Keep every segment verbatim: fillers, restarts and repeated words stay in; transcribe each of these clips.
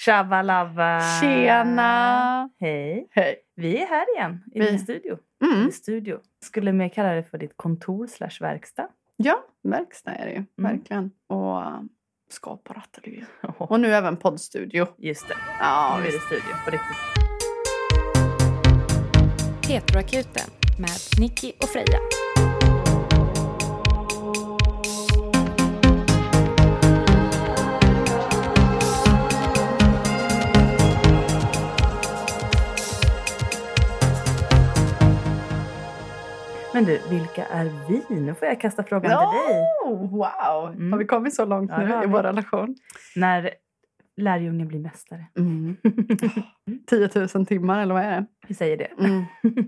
Shabalava. Tjena. Hej. Hej. Vi är här igen i Vi- din studio. Mm. I studio. Skulle mer kalla det för ditt kontor slash verkstad. Ja, verkstad är det ju. Mm. Verkligen. Och äh, skaparateljé. Oh, Och nu även poddstudio. just det. Ja, Nu är det visst. studio på riktigt. Petroakuten med Nicky och Freja. Men du, vilka är vi? Nu får jag kasta frågan Ja, till dig. wow. Mm. Har vi kommit så långt Ja, det nu har i vi. vår relation? När lärjungen blir mästare. Mm. tio tusen timmar, eller vad är det? Vi säger det. Mm.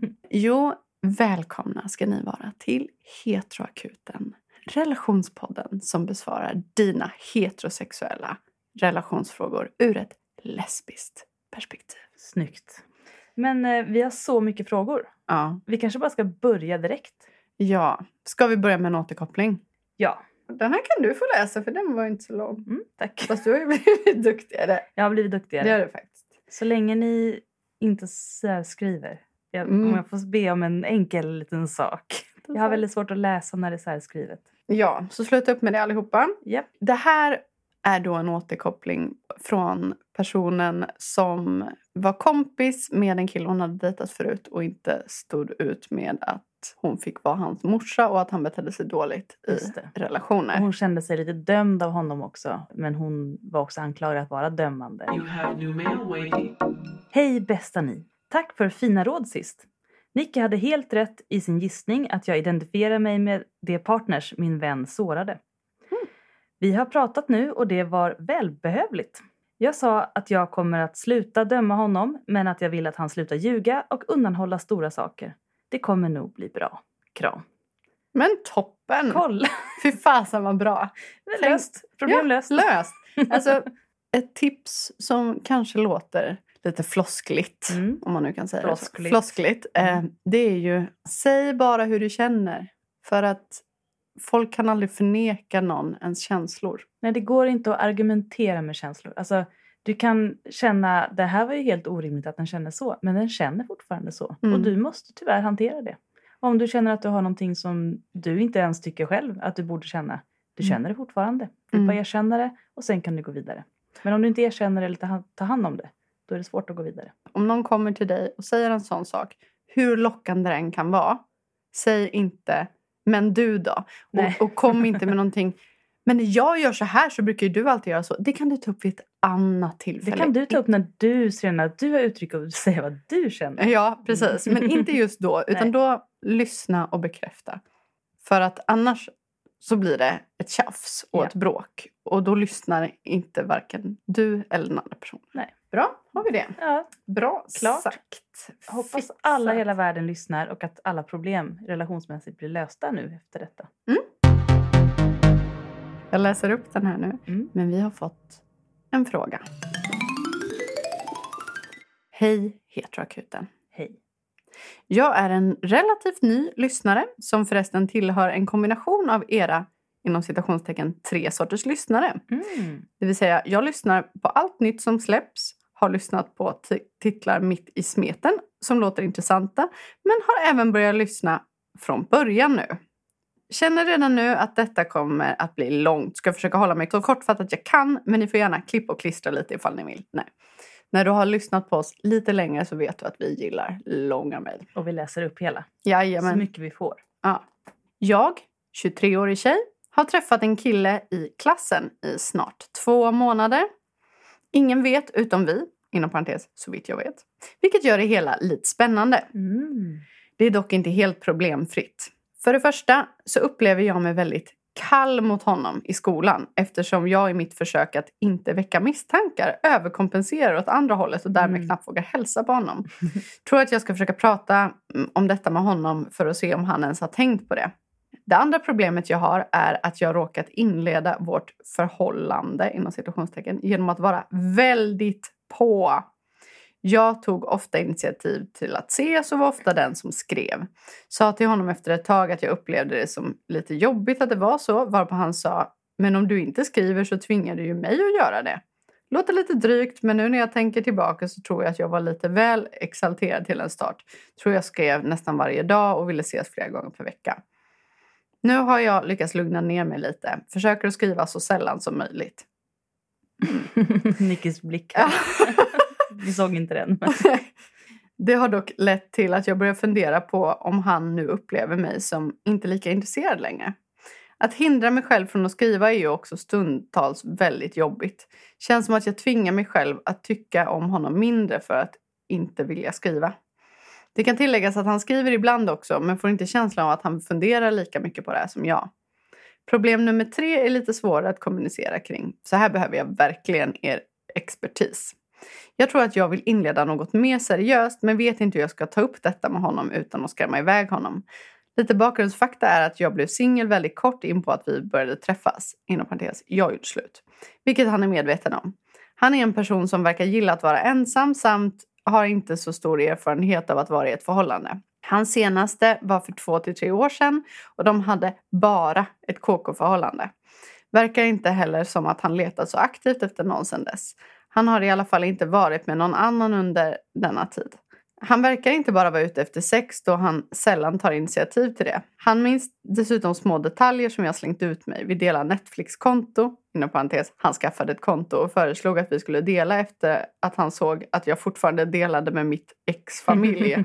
Jo, välkomna ska ni vara till Heteroakuten. Relationspodden som besvarar dina heterosexuella relationsfrågor ur ett lesbiskt perspektiv. Snyggt. Men eh, vi har så mycket frågor. Ja. Vi kanske bara ska börja direkt. Ja. Ska vi börja med en återkoppling? Ja. Den här kan du få läsa, för den var inte så lång. Mm, tack. Fast du har ju blivit duktigare. Jag har blivit duktigare. Det är du faktiskt. Så länge ni inte särskriver. Jag, Mm. Om jag får be om en enkel liten sak. Jag har väldigt svårt att läsa när det är särskrivet. Ja, så sluta upp med det allihopa. Japp. Det här är då en återkoppling från personen som var kompis med en kille hon hade dejtat förut och inte stod ut med att hon fick vara hans morsa och att han betedde sig dåligt i Just det. relationer. Och hon kände sig lite dömd av honom också. Men hon var också anklagad att vara dömande. You have new mail waiting. Hej bästa ni. Tack för fina råd sist. Nicky hade helt rätt i sin gissning att jag identifierar mig med de partners min vän sårade. Mm. Vi har pratat nu och det var välbehövligt. Jag sa att jag kommer att sluta döma honom men att jag vill att han slutar ljuga och undanhålla stora saker. Det kommer nog bli bra. Kram. Men toppen! Kolla! Fy fasen vad bra! Löst. Problemlöst. Ja, löst. Alltså, ett tips som kanske låter lite floskligt, Mm. om man nu kan säga Floskligt. det så. Floskligt. Eh, Mm. det är ju, säg bara hur du känner. För att folk kan aldrig förneka någon ens känslor. Nej, det går inte att argumentera med känslor. Alltså, du kan känna, det här var ju helt orimligt att den känner så. Men den känner fortfarande så. Mm. Och du måste tyvärr hantera det. Om du känner att du har någonting som du inte ens tycker själv att du borde känna. Du Mm. känner det fortfarande. Du Mm. bara erkänner det och sen kan du gå vidare. Men om du inte erkänner det eller tar tar hand om det. Då är det svårt att gå vidare. Om någon kommer till dig och säger en sån sak, hur lockande den kan vara, säg inte, men du då? Nej. Och, och kom inte med någonting, men när jag gör så här så brukar ju du alltid göra så. Det kan du ta upp vid ett annat tillfälle. Det kan du ta upp när du känner att du har uttryck och säga vad du känner. Ja, precis. Men inte just då, utan Nej. då lyssna och bekräfta. För att annars så blir det ett tjafs och Ja. ett bråk. Och då lyssnar inte varken du eller den andra personen. Nej. Bra, har vi det. Ja, Bra Klart. sagt. hoppas Fixat. alla i hela världen lyssnar och att alla problem relationsmässigt blir lösta nu efter detta. Jag läser upp den här nu. Mm. Men vi har fått en fråga. Hej Heteroakuten. Hej. Jag är en relativt ny lyssnare som förresten tillhör en kombination av era, inom citationstecken, tre sorters lyssnare. Mm. Det vill säga, jag lyssnar på allt nytt som släpps, har lyssnat på t- titlar mitt i smeten som låter intressanta, men har även börjat lyssna från början nu. Känner redan nu att detta kommer att bli långt. Ska försöka hålla mig så kortfattat jag kan, men ni får gärna klippa och klistra lite ifall ni vill. Nej. När du har lyssnat på oss lite längre så vet du att vi gillar långa mejl. Och vi läser upp hela. Jajamän. Så mycket vi får. Ja. Jag, tjugotre-årig tjej, har träffat en kille i klassen i snart två månader. Ingen vet utom vi, inom parentes, så vitt jag vet. Vilket gör det hela lite spännande. Mm. Det är dock inte helt problemfritt. För det första så upplever jag mig väldigt kall mot honom i skolan. Eftersom jag i mitt försök att inte väcka misstankar överkompenserar åt andra hållet och därmed Mm. knappt vågar hälsa på honom. Tror att jag ska försöka prata om detta med honom för att se om han ens har tänkt på det. Det andra problemet jag har är att jag råkat inleda vårt förhållande inom situationstecken genom att vara väldigt på. Jag tog ofta initiativ till att ses och var ofta den som skrev. Sa till honom efter ett tag att jag upplevde det som lite jobbigt att det var så. Varpå han sa, men om du inte skriver så tvingar du ju mig att göra det. Låter lite drygt, men nu när jag tänker tillbaka så tror jag att jag var lite väl exalterad till en start. Tror jag skrev nästan varje dag och ville ses flera gånger per vecka. Nu har jag lyckats lugna ner mig lite. Försöker att skriva så sällan som möjligt. Nickis blick. Vi såg inte den. Men... Det har dock lett till att jag börjar fundera på om han nu upplever mig som inte lika intresserad längre. Att hindra mig själv från att skriva är ju också stundtals väldigt jobbigt. Känns som att jag tvingar mig själv att tycka om honom mindre för att inte vilja skriva. Det kan tilläggas att han skriver ibland också, men får inte känslan av att han funderar lika mycket på det här som jag. Problem nummer tre är lite svårare att kommunicera kring. Så här behöver jag verkligen er expertis. Jag tror att jag vill inleda något mer seriöst, men vet inte hur jag ska ta upp detta med honom utan att skrämma iväg honom. Lite bakgrundsfakta är att jag blev singel väldigt kort in på att vi började träffas. Inom parentes, jag gjorde slut. Vilket han är medveten om. Han är en person som verkar gilla att vara ensam samt har inte så stor erfarenhet av att vara i ett förhållande. Hans senaste var för två till tre år sedan och de hade bara ett K K-förhållande. Verkar inte heller som att han letat så aktivt efter någon sedan dess. Han har i alla fall inte varit med någon annan under denna tid. Han verkar inte bara vara ute efter sex då han sällan tar initiativ till det. Han minns dessutom små detaljer som jag slängt ut mig. Vi delar Netflix-konto. Inom parentes, han skaffade ett konto och föreslog att vi skulle dela efter att han såg att jag fortfarande delade med mitt ex-familj.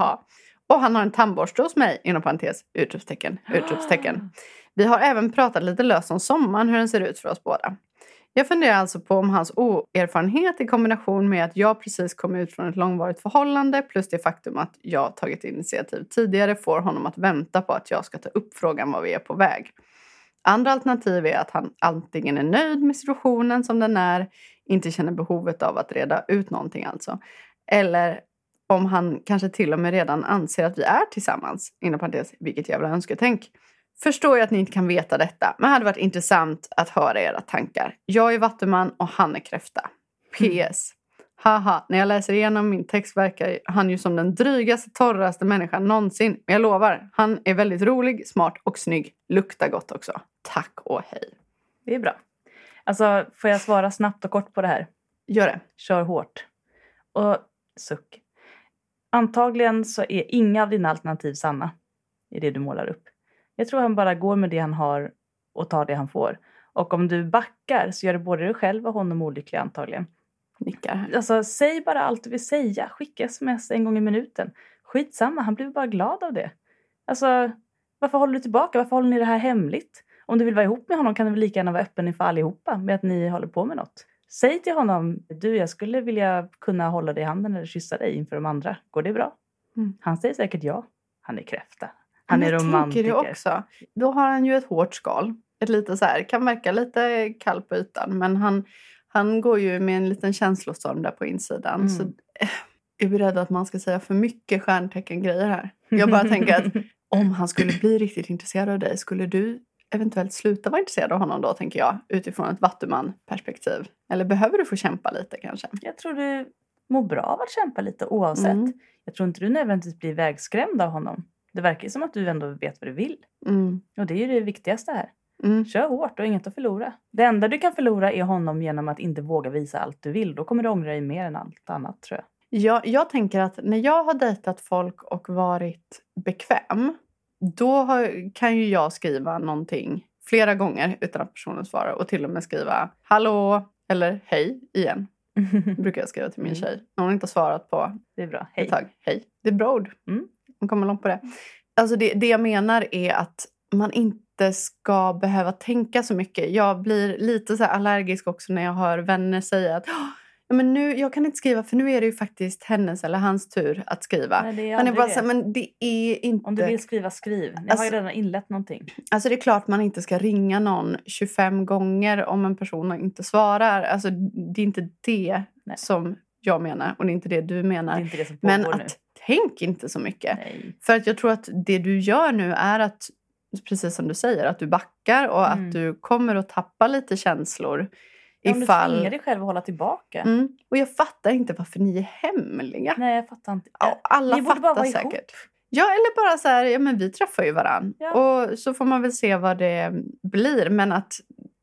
Och han har en tandborste hos mig. Inom parentes, utropstecken, utropstecken. Vi har även pratat lite löst om sommaren, hur den ser ut för oss båda. Jag funderar alltså på om hans oerfarenhet i kombination med att jag precis kom ut från ett långvarigt förhållande plus det faktum att jag tagit initiativ tidigare får honom att vänta på att jag ska ta upp frågan var vi är på väg. Andra alternativ är att han antingen är nöjd med situationen som den är, inte känner behovet av att reda ut någonting alltså. Eller om han kanske till och med redan anser att vi är tillsammans, inom parentes, vilket jävla önsketänk. Förstår jag att ni inte kan veta detta, men det hade varit intressant att höra era tankar. Jag är vattuman och han är kräfta. P S. Haha, när jag läser igenom min text verkar han ju som den drygaste, torraste människan någonsin. Men jag lovar, han är väldigt rolig, smart och snygg. Luktar gott också. Tack och hej. Det är bra. Alltså, får jag svara snabbt och kort på det här? Gör det. Kör hårt. Och suck. Antagligen så är inga av dina alternativ sanna i det du målar upp. Jag tror han bara går med det han har och tar det han får. Och om du backar så gör det både dig själv och honom olycklig antagligen. Nickar. Alltså, säg bara allt du vill säga. Skicka sms en gång i minuten. Skitsamma, han blir bara glad av det. Alltså, varför håller du tillbaka? Varför håller ni det här hemligt? Om du vill vara ihop med honom kan du väl lika gärna vara öppen inför allihopa med att ni håller på med något. Säg till honom, du, jag skulle vilja kunna hålla dig i handen eller kyssa dig inför de andra. Går det bra? Mm. Han säger säkert ja. Han är kräfta. Han är romantiker. Jag tänker det också. Då har han ju ett hårt skal. Ett lite så här, kan verka lite kall på ytan. Men han, han går ju med en liten känslostorm där på insidan. Mm. Så jag är rädd att man ska säga för mycket stjärntecken-grejer här. Jag bara tänker att om han skulle bli riktigt intresserad av dig, skulle du eventuellt sluta vara intresserad av honom då, tänker jag. Utifrån ett vattuman-perspektiv. Eller behöver du få kämpa lite kanske? Jag tror du mår bra av att kämpa lite oavsett. Mm. Jag tror inte du nödvändigtvis blir vägskrämd av honom. Det verkar som att du ändå vet vad du vill. Mm. Och det är ju det viktigaste här. Mm. Kör hårt och inget att förlora. Det enda du kan förlora är honom genom att inte våga visa allt du vill. Då kommer du ångra dig mer än allt annat, tror jag. Ja, jag tänker att när jag har dejtat folk och varit bekväm, då har, kan ju jag skriva någonting flera gånger utan att personen svarar. Och till och med skriva hallå eller hej igen. Brukar jag skriva till min tjej. När hon inte har svarat på det är bra. Hej. Ett tag. Hej. Det är bra ord. Mm. Hon kommer långt på det. Alltså det, det jag menar är att man inte ska behöva tänka så mycket. Jag blir lite så här allergisk också när jag hör vänner säga att ja, men nu, jag kan inte skriva för nu är det ju faktiskt hennes eller hans tur att skriva. Nej, det är man är bara så här, men det är inte... Om du vill skriva, skriv. Ni alltså, har ju redan inlett någonting. Alltså det är klart man inte ska ringa någon tjugofem gånger om en person inte svarar. Alltså det är inte det Nej. Som jag menar och det är inte det du menar. Det är inte det som pågår men att nu. Tänk inte så mycket. Nej. För att jag tror att det du gör nu är att, precis som du säger, att du backar och mm. att du kommer att tappa lite känslor. Ja, om ifall... du tvingar dig själv att hålla tillbaka. Mm. Och jag fattar inte varför ni är hemliga. Nej, jag fattar inte. Ja, alla ni fattar bara vara säkert. Ihop. Ja, eller bara så här, ja men vi träffar ju varann. Ja. Och så får man väl se vad det blir. Men att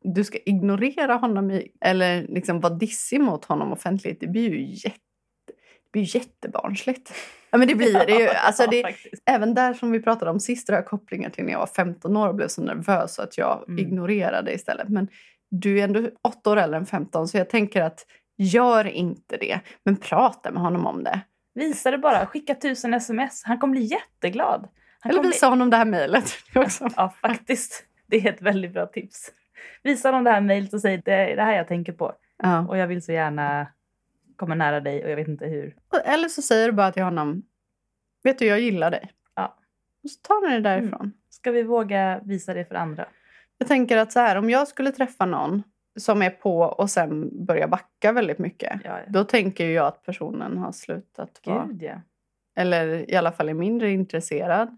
du ska ignorera honom i, eller liksom vara dissig mot honom offentligt. Det blir ju jätte, det blir ju jättebarnsligt. Ja, men det blir det ju. Alltså det, Ja, faktiskt. även där som vi pratade om sist, har jag kopplingar till när jag var femton år och blev så nervös så att jag Mm. ignorerade istället. Men du är ändå åtta år äldre än femton, så jag tänker att gör inte det. Men prata med honom om det. Visa det bara. Skicka tusen sms. Han kommer bli jätteglad. Han Eller kommer visa honom det här mejlet. bli... Ja, faktiskt. Det är ett väldigt bra tips. Visa honom det här mejlet och säg det är det här jag tänker på. Ja. Och jag vill så gärna komma nära dig och jag vet inte hur. Eller så säger du bara till honom, vet du, jag gillar dig. Ja. Och så tar ni det därifrån. Ska vi våga visa det för andra? Jag tänker att så här, om jag skulle träffa någon som är på och sen börjar backa väldigt mycket. Ja, ja. Då tänker jag att personen har slutat vara. Gud, ja. Eller i alla fall är mindre intresserad.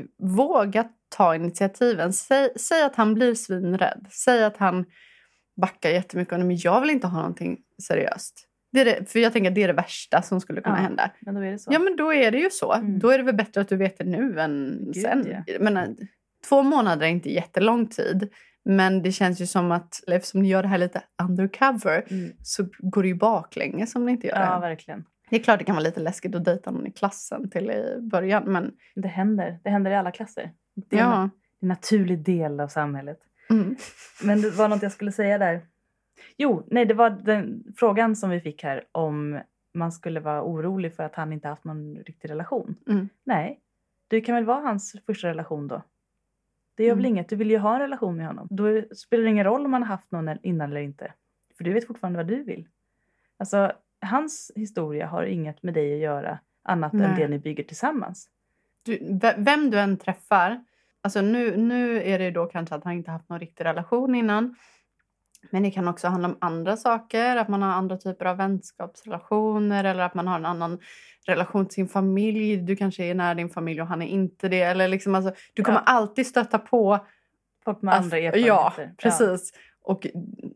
Våga ta initiativen. Säg, säg att han blir svinrädd. Säg att han backar jättemycket. Men jag vill inte ha någonting seriöst. Det är det, för jag tänker att det är det värsta som skulle kunna Ja, hända. Men då är det så. Ja, men då är det ju så. Mm. Då är det väl bättre att du vet det nu än Gud, sen. ja. Jag menar, två månader är inte jättelång tid. Men det känns ju som att, eftersom ni gör det här lite undercover, Mm. så går det ju baklänges som ni inte gör Ja, det. verkligen. Det är klart det kan vara lite läskigt att dejta någon i klassen till i början. Men Det händer. Det händer i alla klasser. Det är en, ja. en naturlig del av samhället. Mm. Men det var något jag skulle säga där. Jo, nej, det var den frågan som vi fick här om man skulle vara orolig för att han inte haft någon riktig relation. Mm. Nej, du kan väl vara hans första relation då? Det gör väl Mm. inget, du vill ju ha en relation med honom. Då spelar det ingen roll om man har haft någon innan eller inte. För du vet fortfarande vad du vill. Alltså, hans historia har inget med dig att göra annat Nej. än det ni bygger tillsammans. Du, v- vem du än träffar. Alltså nu, nu är det ju då kanske att han inte haft någon riktig relation innan. Men det kan också handla om andra saker. Att man har andra typer av vänskapsrelationer. Eller att man har en annan relation till sin familj. Du kanske är nära din familj och han är inte det. Eller liksom, alltså, du kommer Ja. alltid stöta på. Folk med andra Aff- erfarenheter. Ja, precis. Och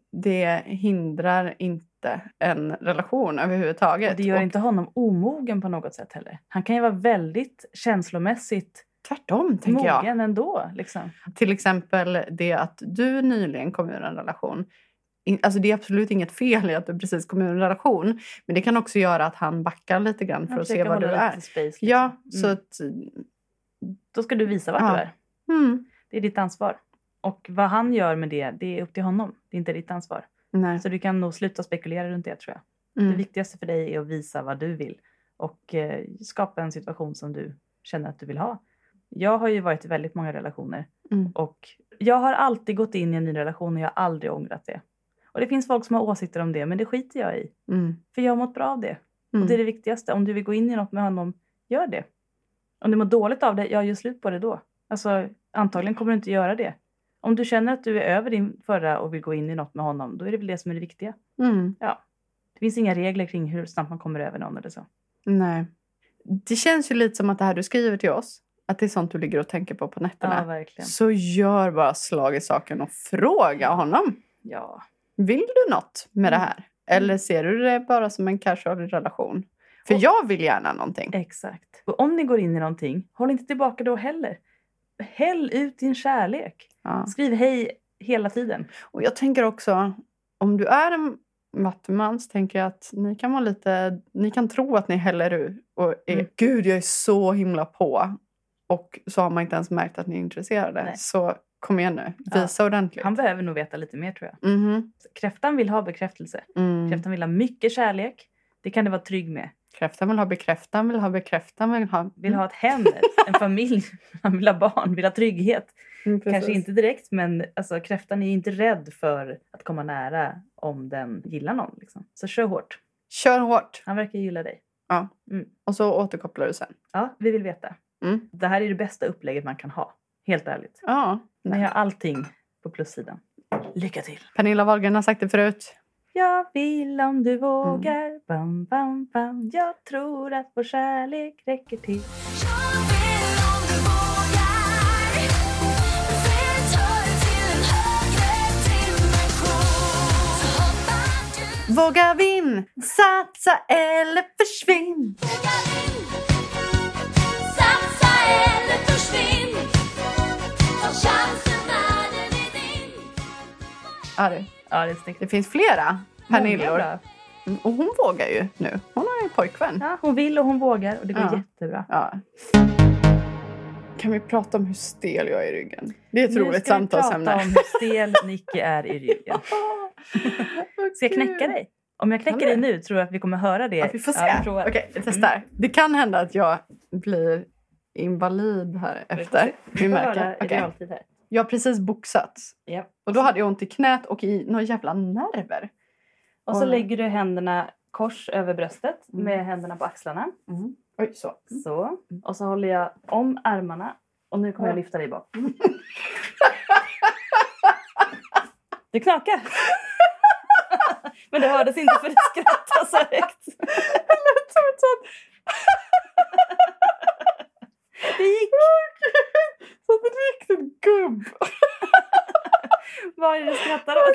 det hindrar inte en relation överhuvudtaget. Och det gör Och inte honom omogen på något sätt heller. Han kan ju vara väldigt känslomässigt tvärtom, tänker jag. mogen ändå. Liksom. Till exempel det att du nyligen kom ur en relation. In, alltså det är absolut inget fel i att du precis kom ur en relation. Men det kan också göra att han backar lite grann för Han att se försöker vad du hålla är. lite space, liksom. Ja, Mm. så att... Då ska du visa vart Ja. du är. Mm, Det är ditt ansvar. Och vad han gör med det, det är upp till honom. Det är inte ditt ansvar. nej. Så du kan nog sluta spekulera runt det, tror jag. Det Mm, viktigaste för dig är att visa vad du vill. Och eh, skapa en situation som du känner att du vill ha. Jag har ju varit i väldigt många relationer. mm, Och jag har alltid gått in i en ny relation och jag har aldrig ångrat det. Och det finns folk som har åsikter om det, men det skiter jag i. mm, För jag har mått bra av det. mm. Och det är det viktigaste. Om du vill gå in i något med honom, gör det. Om du mår dåligt av det, ja, gör slut på det då. Alltså, antagligen kommer du inte göra det. Om du känner att du är över din förra och vill gå in i något med honom, då är det väl det som är det viktiga. Mm, Det finns inga regler kring hur snabbt man kommer över någon eller så. nej. Det känns ju lite som att det här du skriver till oss, att det är sånt du ligger och tänker på på nätterna. Ja, verkligen. Så gör bara slag i saken och fråga honom. Ja. Vill du något med det Mm. här? Eller ser du det bara som en casual relation? För Och- jag vill gärna någonting. Exakt. Och om ni går in i någonting, håll inte tillbaka då heller. Häll ut din kärlek. Ja. Skriv hej hela tiden. Och jag tänker också, om du är en vattuman så tänker jag att ni kan vara lite, ni kan tro att ni häller ur. Och är, Mm. gud jag är så himla på. Och så har man inte ens märkt att ni är intresserade. Nej. Så kom igen nu, visa ordentligt. Han behöver nog veta lite mer, tror jag. Mhm. Kräftan vill ha bekräftelse. Mm. Kräftan vill ha mycket kärlek. Det kan du vara trygg med. Kräftan vill ha bekräftan, vill ha bekräftan, vill ha... Vill ha ett hem, en familj. Han vill ha barn, vill ha trygghet. Mm, precis. Kanske inte direkt, men alltså, kräftan är ju inte rädd för att komma nära om den gillar någon. Liksom. Så kör hårt. Kör hårt. Han verkar gilla dig. Ja. Mm. Och så återkopplar du sen. Ja, vi vill veta. Mm. Det här är det bästa upplägget man kan ha. Helt ärligt. Ja. Ni har allting på plussidan. Lycka till! Pernilla Wahlgren har sagt det förut. Jag vill om du vågar. Bam, bam, bam. Jag tror att vår kärlek räcker till. Våga vinn, satsa eller försvinn. Ja, det, Ja, det är snyggt. det finns flera Många Pernillor. bra. Mm, och hon vågar ju nu. Hon har ju en pojkvän. Ja, hon vill och hon vågar och det går Ja. jättebra. Ja. Kan vi prata om hur stel jag är i ryggen? Det är ett roligt samtalsämne. Nu ska vi prata om hur stel Nicky är i ryggen. Ska jag knäcka dig? Om jag knäcker dig nu tror jag att vi kommer höra det. Ja, vi får se. Ja, vi provar. Okej, vi testar. Mm. Det kan hända att jag blir invalid här efter. Vi märker. Okay. Okay. Jag har precis boxats. Ja. Och då hade jag ont i knät och i några jävla nerver. Och så och... lägger du händerna kors över bröstet Mm. med händerna på axlarna. Mm. Oj, så. Så. Och så håller jag om armarna. Och nu kommer jag lyfta dig bak. Du knakar. Men det hördes inte för du skrattade så högt. Det lät som ett sånt... Det gick. Som ett riktigt gubb. Vad är det du skrattar åt?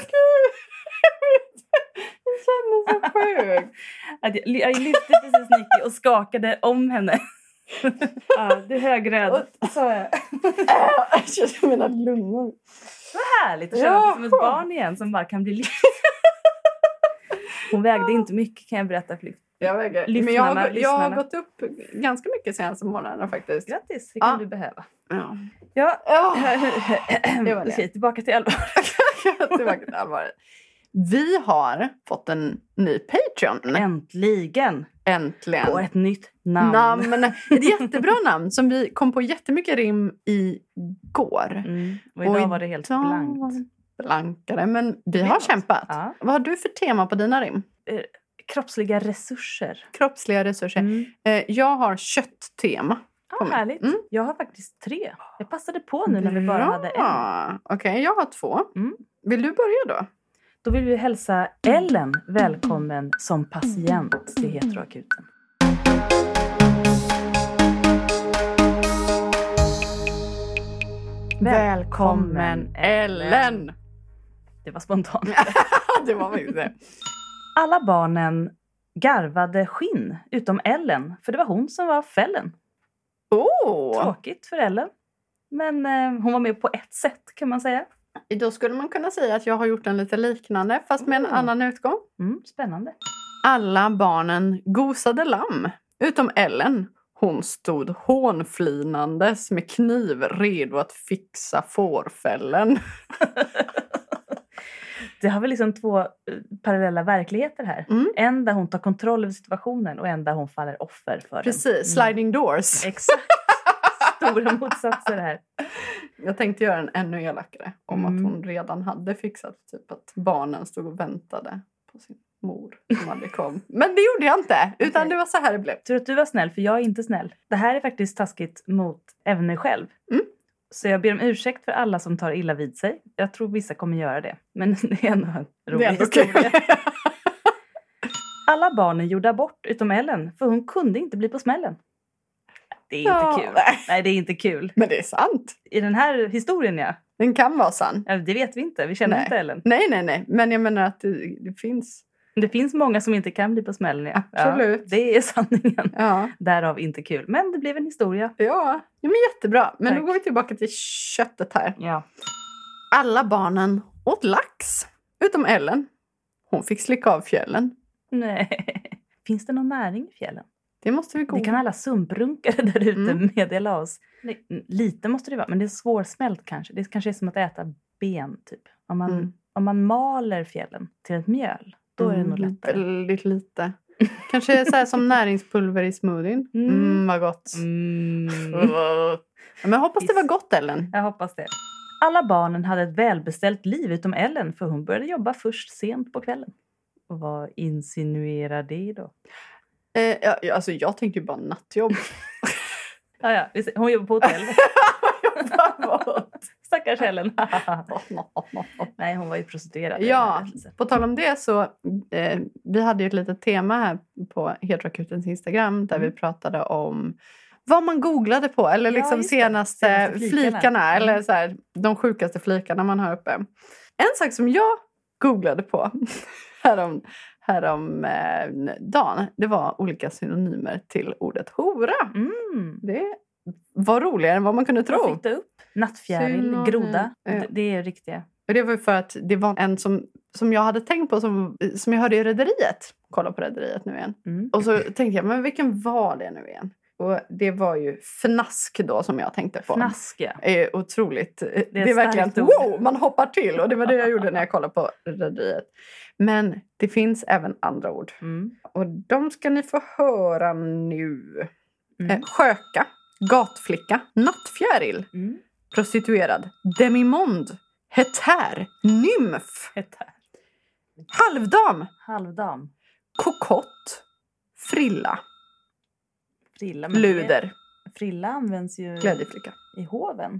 Det kändes så sjukt. Att jag, jag lyfte precis Nicky och skakade om henne. Ja, du är högröd. Så jag. Jag känner mina lungor. Vad härligt att känna Ja. sig som ett barn igen som bara kan bli lyft. Hon vägde inte mycket kan jag berätta för Jag väger. Lyssnarna, Men jag har, jag har lyssnarna. gått upp ganska mycket senaste månaderna faktiskt. Grattis, det kan Ja. du behöva. Ja. Ja, Ja. Det var det. okej, tillbaka till allvar. Tillbaka till allvaret. Vi har fått en ny Patreon. Äntligen. Äntligen. Och ett nytt namn. namn. Ett jättebra namn som vi kom på jättemycket rim igår. Mm. Och idag Och var det helt idag blankt. var det blankare. Men vi har Vet. kämpat. Ja. Vad har du för tema på dina rim? Kroppsliga resurser. Kroppsliga resurser. Mm. Eh, jag har kötttema. Ja, Kom. härligt. Mm. Jag har faktiskt tre. Jag passade på nu när vi bara hade en. Bra. Okej, jag har två. Mm. Vill du börja då? Då vill vi hälsa Ellen välkommen som patient till Heteroakuten. Välkommen Ellen! Det var spontant. Det var faktiskt det. Alla barnen garvade skinn utom Ellen. För det var hon som var fällen. Oh. Tråkigt för Ellen. Men eh, hon var med på ett sätt kan man säga. Då skulle man kunna säga att jag har gjort en lite liknande fast med en Mm. annan utgång. Mm, spännande. Alla barnen gosade lamm utom Ellen. Hon stod hånflinandes med kniv redo att fixa fårfällen. Det har väl liksom två eh, parallella verkligheter här. Mm. En där hon tar kontroll över situationen och en där hon faller offer för Precis, den. sliding doors. Exakt. Stora motsatser här. Jag tänkte göra en ännu elakare. Om Mm. att hon redan hade fixat typ att barnen stod och väntade på sin mor som aldrig kom. Men det gjorde jag inte. Utan Okej. det var så här det blev. Tur att du var snäll, för jag är inte snäll. Det här är faktiskt taskigt mot även mig själv. Mm. Så jag ber om ursäkt för alla som tar illa vid sig. Jag tror vissa kommer göra det. Men det är ändå en rolig Det är ändå historia. kul. Alla barnen gjorde abort utom Ellen. För hon kunde inte bli på smällen. Det är inte Ja. kul. Nej, det är inte kul. Men det är sant. I den här historien, ja. Den kan vara sann. Ja, det vet vi inte. Vi känner Nej. inte Ellen. Nej, nej, nej. Men jag menar att det, det finns. Det finns många som inte kan bli på smällen, ja. Absolut. Ja, det är sanningen. Ja. Därav inte kul. Men det blev en historia. Ja, ja men jättebra. Men Tack. då går vi tillbaka till köttet här. Ja. Alla barnen åt lax. Utom Ellen. Hon fick slicka av fjällen. Nej. Finns det någon näring i fjällen? Det måste vi gå. Det kan alla sumprunkare där ute Mm. meddela oss. Nej, lite måste det vara, men det är svårsmält kanske. Det kanske är som att äta ben typ. Om man, Mm. om man maler fjällen till ett mjöl, då är det nog lättare. Väldigt lite. Kanske så här som näringspulver i smoothien. Mm. Mm, vad gott. Mm. Ja, men jag hoppas det var gott, Ellen. Jag hoppas det. Alla barnen hade ett välbeställt liv utom Ellen, för hon började jobba först sent på kvällen. Och vad insinuerar det då? Eh, ja, alltså jag tänkte ju bara nattjobb. Ja, ja, vi ser- hon jobbar på hotell. Jobba Stackars Ellen. bort. Nej, hon var ju prostituerad. Ja, på tal om det så eh, vi hade ju ett litet tema här på Heteroakutens Instagram där Mm. vi pratade om vad man googlade på eller Ja, liksom just det. senaste, Senaste flikarna, flikarna. Mm. eller så här, de sjukaste flikarna man har uppe. En sak som jag googlade på härom, härom eh, dagen, det var olika synonymer till ordet hora. Mm. Det var roligare än vad man kunde Vad tro. fick du upp? Nattfjäril, Synonym. groda. Ja. Det, det är riktiga. Och det var ju för att det var en som, som jag hade tänkt på som, som jag hörde i Rederiet. Kolla på Rederiet nu igen. Mm. Och så tänkte jag, men vilken var det nu igen? Och det var ju Fnask då som jag tänkte på. Fnask, ja. Är otroligt. Det är, det är ett verkligen, starkt ord. wow, man hoppar till. Och det var det jag gjorde när jag kollade på Rederiet. Men det finns även andra ord. Mm. Och de ska ni få höra nu. Mm. Eh, sköka, gatflicka, nattfjäril, Mm. prostituerad, demimond, hetär, nymf, Hetär. halvdam, Halvdam. kokott, frilla, Frilla. men det- luder, Frilla används ju glädjeflicka. i hoven.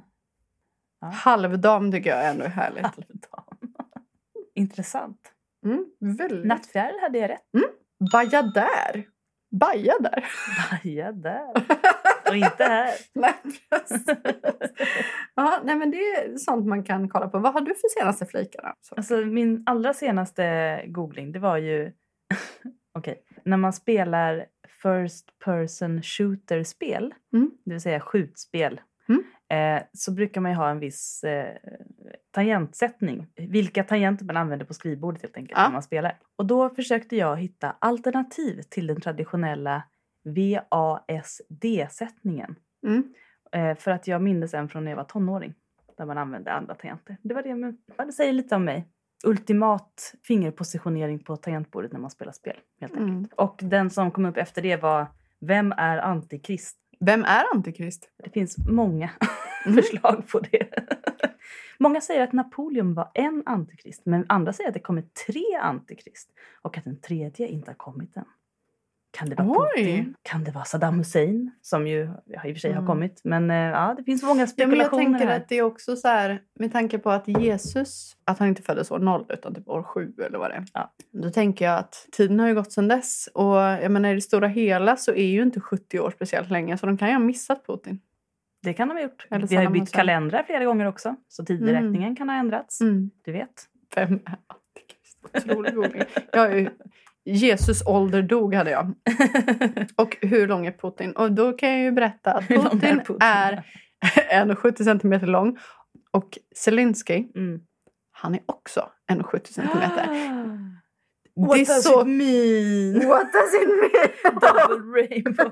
Halvdam tycker jag är ändå härligt. Halvdam. Intressant. Mm, väldigt. Nattfjäril hade jag rätt. Bajadär. Bajadär. Baja där. Och inte här. Nej, precis. Ja, nej, men det är sånt man kan kolla på. Vad har du för senaste flikar då? Så. Alltså min allra senaste googling, det var ju... Okej. När man spelar first person shooter-spel, Mm. det vill säga skjutspel, Mm. eh, så brukar man ju ha en viss eh, tangentsättning. Vilka tangenter man använder på skrivbordet helt enkelt Ja. när man spelar. Och då försökte jag hitta alternativ till den traditionella V A S D-sättningen. Mm. Eh, för att jag minns en från när jag var tonåring. Där man använde andra tangenter. Det var det, men det säger lite om mig. Ultimat fingerpositionering på tangentbordet när man spelar spel. Helt enkelt. Mm. Och den som kom upp efter det var: vem är antikrist? Vem är antikrist? Det finns många Mm. förslag på det. Många säger att Napoleon var en antikrist. Men andra säger att det kommer tre antikrist. Och att den tredje inte har kommit än. Kan det vara Oj. Putin? Kan det vara Saddam Hussein? Som ju ja, i och för sig Mm. har kommit. Men eh, ja, det finns många Ja, men spekulationer jag tänker här. att det är också så här, med tanke på att Jesus, att han inte föddes år noll utan typ år sju eller vad det är. Ja. Då tänker jag att tiden har ju gått sedan dess. Och jag menar, i det stora hela så är ju inte sjuttio år speciellt länge. Så de kan ju ha missat Putin. Det kan de ha gjort. Eller Vi har ju Saddam bytt Hussein. kalendrar flera gånger också. Så tideräkningen kan ha ändrats. Mm. Du vet. Vem är antikrist? Otrolig googling. Jag är ju... Jesus ålder dog hade jag. Och hur lång är Putin? Och då kan jag ju berätta att Hur lång är Putin Putin? är en komma sjuttio centimeter lång. Och Zelensky, Mm. han är också en komma sjuttio centimeter. What Det är does så... it mean? What does it mean? Double rainbow.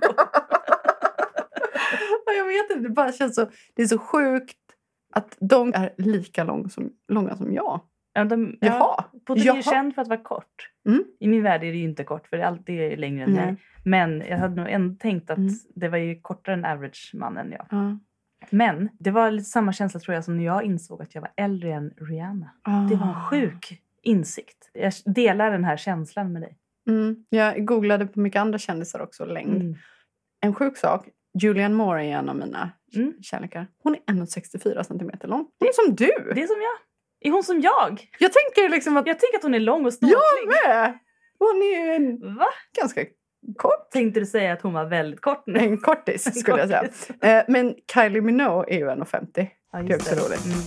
Jag vet inte, det bara känns så... Det är så sjukt att de är lika lång som, långa som jag. Ja, de, ja, Jaha. Putin är ju Jaha. känd för att vara kort. Mm. I min värld är det ju inte kort, för det är alltid längre än Nej. mig. Men jag hade nog ändå tänkt att Mm. det var ju kortare än average mannen, ja. Ja. Men det var lite samma känsla tror jag som när jag insåg att jag var äldre än Rihanna. Det var en sjuk insikt. Jag delar den här känslan med dig. Mm. Jag googlade på mycket andra kändisar också, längd. Mm. En sjuk sak. Julianne Moore är en av mina Mm. kärlekar. Hon är en komma sextiofyra centimeter lång. Hon är som du. Det är som jag. Är hon som jag? Jag tänker liksom att... Jag tänker att hon är lång och ståtlig. Jag med! Hon är ju en Va? ganska kort. Tänkte du säga att hon var väldigt kort nu? En kortis skulle jag säga. Kortis. Eh, men Kylie Minogue är ju en komma femtio. Ja, Det är just också roligt. Mm.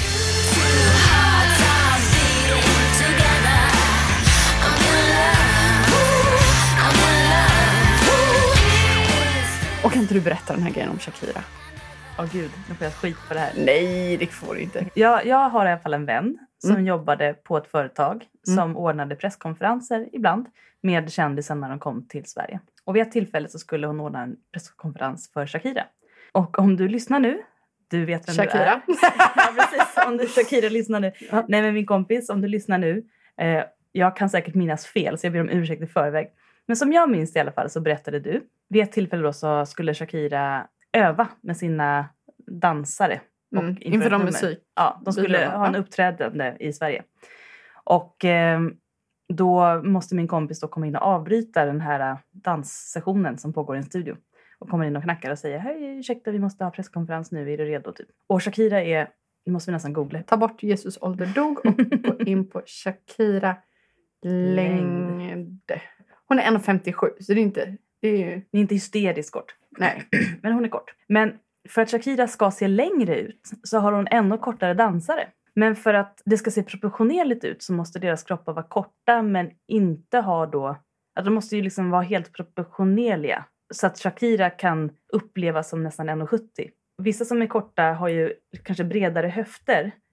Och kan inte du berätta den här grejen om Shakira? Åh gud, nu får jag skit för det här. Nej, det får du inte. Jag, jag har i alla fall en vän som Mm. jobbade på ett företag Mm. som ordnade presskonferenser ibland med kändisen när de kom till Sverige. Och vid ett tillfälle så skulle hon ordna en presskonferens för Shakira. Och om du lyssnar nu, du vet vem Shakira. du är. Ja, precis. Om du, Shakira lyssnar nu. Ja. Nej, men min kompis, om du lyssnar nu. Eh, jag kan säkert minnas fel så jag ber om ursäkt i förväg. Men som jag minns i alla fall så berättade du. Vid ett tillfälle då så skulle Shakira öva med sina dansare. Och Mm. inför Inför ett de nummer. musik. Ja, de skulle Bidrag, ha en ja. uppträdande i Sverige. Och eh, då måste min kompis då komma in och avbryta den här danssessionen som pågår i en studio. Och kommer in och knackar och säger: hej, ursäkta, vi måste ha presskonferens nu, är du redo? Typ. Och Shakira är, nu måste vi nästan googla. Ta bort Jesus ålder dog och gå in på Shakira längd. Hon är en komma femtiosju, så det är inte... Det är ju... Det är inte hysteriskt kort, Nej. men hon är kort. Men för att Shakira ska se längre ut så har hon ännu kortare dansare. Men för att det ska se proportionerligt ut så måste deras kroppar vara korta men inte ha då... Att de måste ju liksom vara helt proportionerliga. Så att Shakira kan upplevas som nästan en komma sjuttio. Vissa som är korta har ju kanske bredare höfter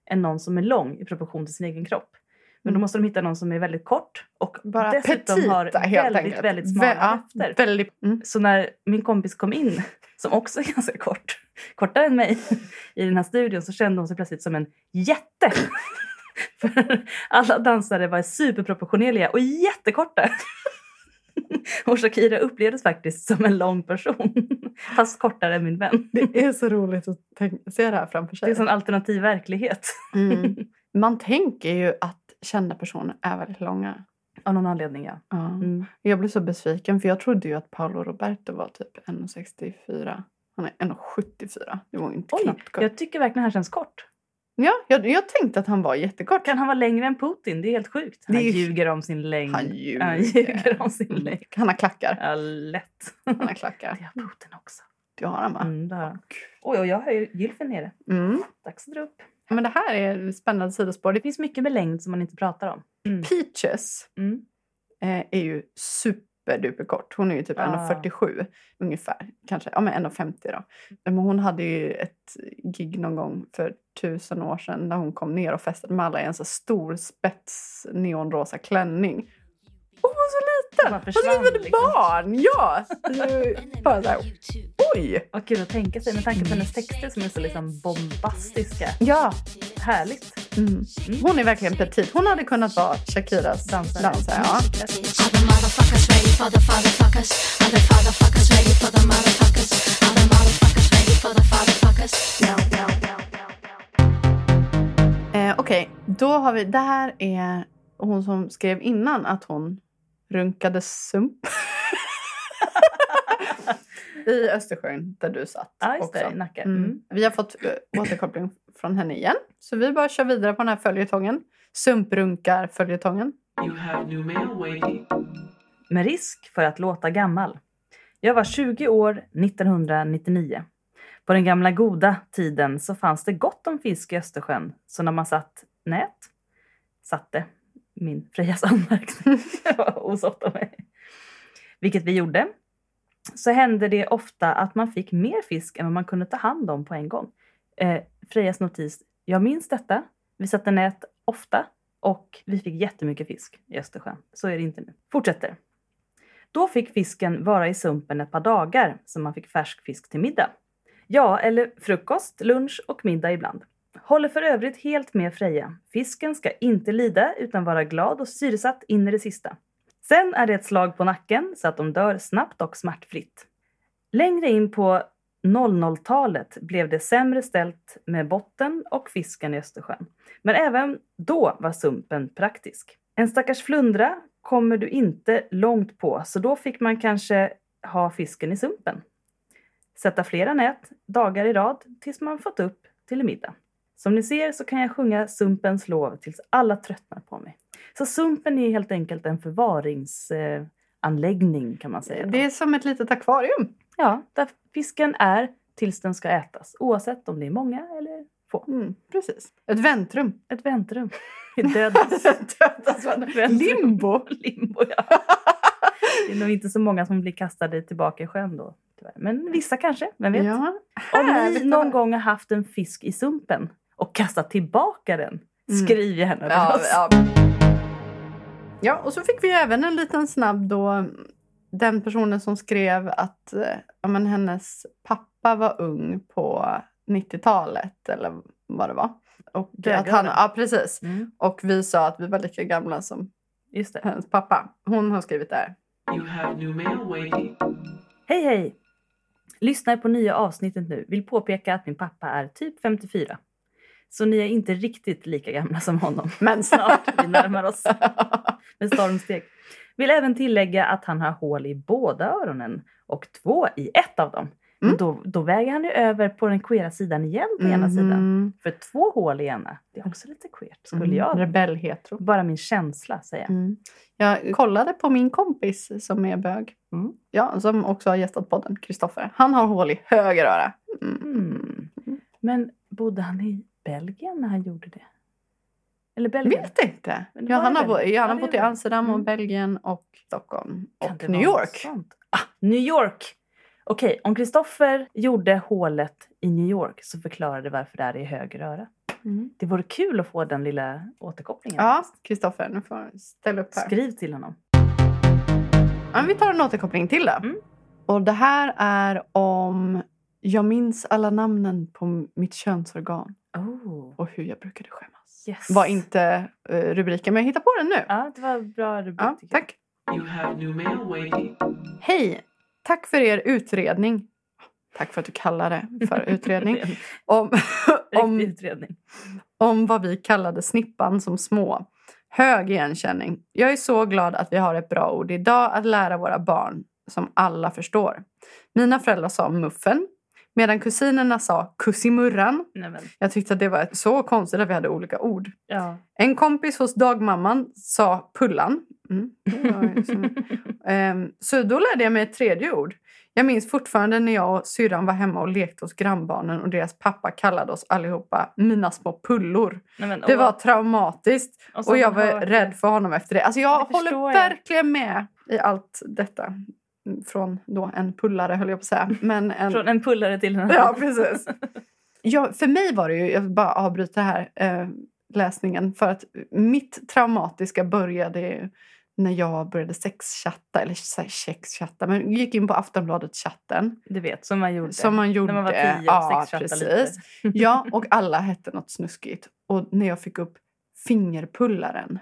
än någon som är lång i proportion till sin egen kropp. Men Mm. då måste de hitta någon som är väldigt kort och Bara dessutom petita, har helt väldigt, enkelt. väldigt smala Vä- ja, höfter. väldigt, mm. Så när min kompis kom in, som också är ganska kort, kortare än mig, i den här studion, så kände hon sig plötsligt som en jätte. För alla dansare var superproportionerliga och jättekorta. Och Shakira upplevdes faktiskt som en lång person. Fast kortare än min vän. Det är så roligt att tänka, se det här framför sig. Det är en sån alternativ verklighet. Mm. Man tänker ju att kända personer är väldigt långa. Av någon anledning, ja. Ja. Mm. Jag blev så besviken för jag trodde ju att Paolo Roberto var typ ett komma sextiofyra. Han är ett komma sjuttiofyra. Det var inte Oj, knappt kort. jag tycker verkligen han känns kort. Ja, jag, jag tänkte att han var jättekort. Kan han vara längre än Putin? Det är helt sjukt. Han Det är- ljuger om sin längd. Han ljuger. Han ljuger om sin längd. Han har klackar. Ja, lätt. Han har klackar. Det har Putin också. Det har han va? Mm, det har han. Oj, och jag höjer gylfen nere. Mm. Dags att dra upp. Men det här är ett spännande sidospår. Det finns mycket med längd som man inte pratar om. Mm. Peaches Mm. eh, är ju superduper kort. Hon är ju typ Ah. ett komma fyrtiosju ungefär. Kanske, ja men ett komma femtio då. Men hon hade ju ett gig någon gång för tusen år sedan. När hon kom ner och festade med alla i en så stor spets neonrosa klänning. Och hon var så liten! Bara Hon försvann, var ett liksom. barn! Ja! Det är ju bara såhär, oj! Vad kul att tänka sig med tanke på hennes texter som är så liksom bombastiska. Ja! Härligt. Mm. Hon är verkligen petit. Hon hade kunnat vara Shakiras Dansare. dansare. Ja. Are the motherfuckers ready for the fatherfuckers? Are the fatherfuckers ready for the motherfuckers? Are the motherfuckers ready for the fatherfuckers? No, no, no, no, no. Eh, Okej, då har vi... Det här är hon som skrev innan att hon runkade sump. I Östersjön där du satt Ja, just det, också. i Nacka. Mm. Mm. Vi har fått uh, återkoppling från henne igen. Så vi bara kör vidare på den här följetongen. Sumprunkar följetongen. You have new mail waiting. Med risk för att låta gammal. Jag var tjugo år nittonhundranittionio. På den gamla goda tiden så fanns det gott om fisk i Östersjön. Så när man satt nät, satte min Frejas anmärkning, det var osoft av mig, vilket vi gjorde, så hände det ofta att man fick mer fisk än vad man kunde ta hand om på en gång. Eh, Frejas notis, jag minns detta. Vi satte nät ofta och vi fick jättemycket fisk i Östersjön. Så är det inte nu. Fortsätter. Då fick fisken vara i sumpen ett par dagar så man fick färsk fisk till middag. Ja, eller frukost, lunch och middag ibland. Håller för övrigt helt med Freja. Fisken ska inte lida utan vara glad och syresatt in i det sista. Sen är det ett slag på nacken så att de dör snabbt och smärtfritt. Längre in på noll noll-talet blev det sämre ställt med botten och fisken i Östersjön. Men även då var sumpen praktisk. En stackars flundra kommer du inte långt på, så då fick man kanske ha fisken i sumpen. Sätta flera nät dagar i rad tills man fått upp till middag. Som ni ser så kan jag sjunga sumpens lov tills alla tröttnar på mig. Så sumpen är helt enkelt en förvaringsanläggning kan man säga. Då. Det är som ett litet akvarium. Ja, där fisken är tills den ska ätas. Oavsett om det är många eller få. Mm, precis. Ett väntrum. Ett väntrum. Ett dödens. Dödas väntrum. Limbo. Limbo, ja. Det är nog inte så många som blir kastade tillbaka i sjön då. Tyvärr. Men vissa kanske, vem vet. Ja, Om härligt. ni någon gång har haft en fisk i sumpen och kastat tillbaka den, Mm. skriv gärna till Ja, oss. ja. ja, och så fick vi även en liten snabb då. Den personen som skrev att eh, ja, men hennes pappa var ung på nittiotalet eller vad det var. Och att han, ja, precis. Mm, Och vi sa att vi var lika gamla som just det. hennes pappa. Hon har skrivit där. You have new mail waiting. Hej hej! Lyssnar på nya avsnittet nu. Vill påpeka att min pappa är typ femtiofyra. Så ni är inte riktigt lika gamla som honom. Men snart, vi närmar oss med stormsteg. Vill även tillägga att han har hål i båda öronen. Och två i ett av dem. Men Mm. då, då väger han ju över på den queera sidan igen på ena Mhm. sidan. För två hål i ena, det är också lite queert. Skulle Mm. jag, Rebellhetero. bara min känsla säga. Mm. Jag kollade på min kompis som är bög. Mm. Ja, som också har gästat podden, Kristoffer. Han har hål i höger öra. Mm. Mm. Men bodde han i Belgien när han gjorde det? Eller Belgien? Vet inte. Men det Ja, var han det har, bo- väl? ja, han Ja, har det bott i är det. Amsterdam och Mm. Belgien och Stockholm Kan och det New vara något York. sånt? Ah, New York! Okej, om Kristoffer gjorde hålet i New York så förklarar det varför det är i höger öra. Mm. Det vore kul att få den lilla återkopplingen. Ja, Kristoffer, nu får du ställa upp här. Skriv till honom. Ja, vi tar en återkoppling till då. Mm. Och det här är om jag minns alla namnen på mitt könsorgan. Oh. Och hur jag brukade skämmas. Yes. Var inte uh, rubriken, men jag hittar på den nu. Ja, det var bra rubrik. Ja, tycker jag. tack. You have new mail waiting. Hej, tack för er utredning. Tack för att du kallar det för utredning. Det är en Om, om, Riktig utredning. om vad vi kallade snippan som små. Hög igenkänning. Jag är så glad att vi har ett bra ord idag att lära våra barn som alla förstår. Mina föräldrar sa muffen, medan kusinerna sa kussimurran. Nej, men. Jag tyckte att det var så konstigt att vi hade olika ord. Ja. En kompis hos dagmamman sa pullan. Mm. um, så då lärde jag mig ett tredje ord. Jag minns fortfarande när jag och syrran var hemma och lekte hos grannbarnen och deras pappa kallade oss allihopa mina små pullor. Nej, men, Det och- var traumatiskt och så och jag har man var hört rädd det. för honom efter det. Alltså jag Det förstår håller jag. verkligen med i allt detta. Från då en pullare höll jag på att säga. Men en... Från en pullare till en annan. Ja, precis. Ja, för mig var det ju, jag vill bara avbryta här eh, läsningen. För att mitt traumatiska började ju när jag började sexchatta. Eller sexchatta, men gick in på Aftonbladet-chatten. Du vet, som man gjorde. Som man gjorde. När man var tio och Ja, sexchattade precis. lite. Ja, och alla hette något snuskigt. Och när jag fick upp fingerpullaren.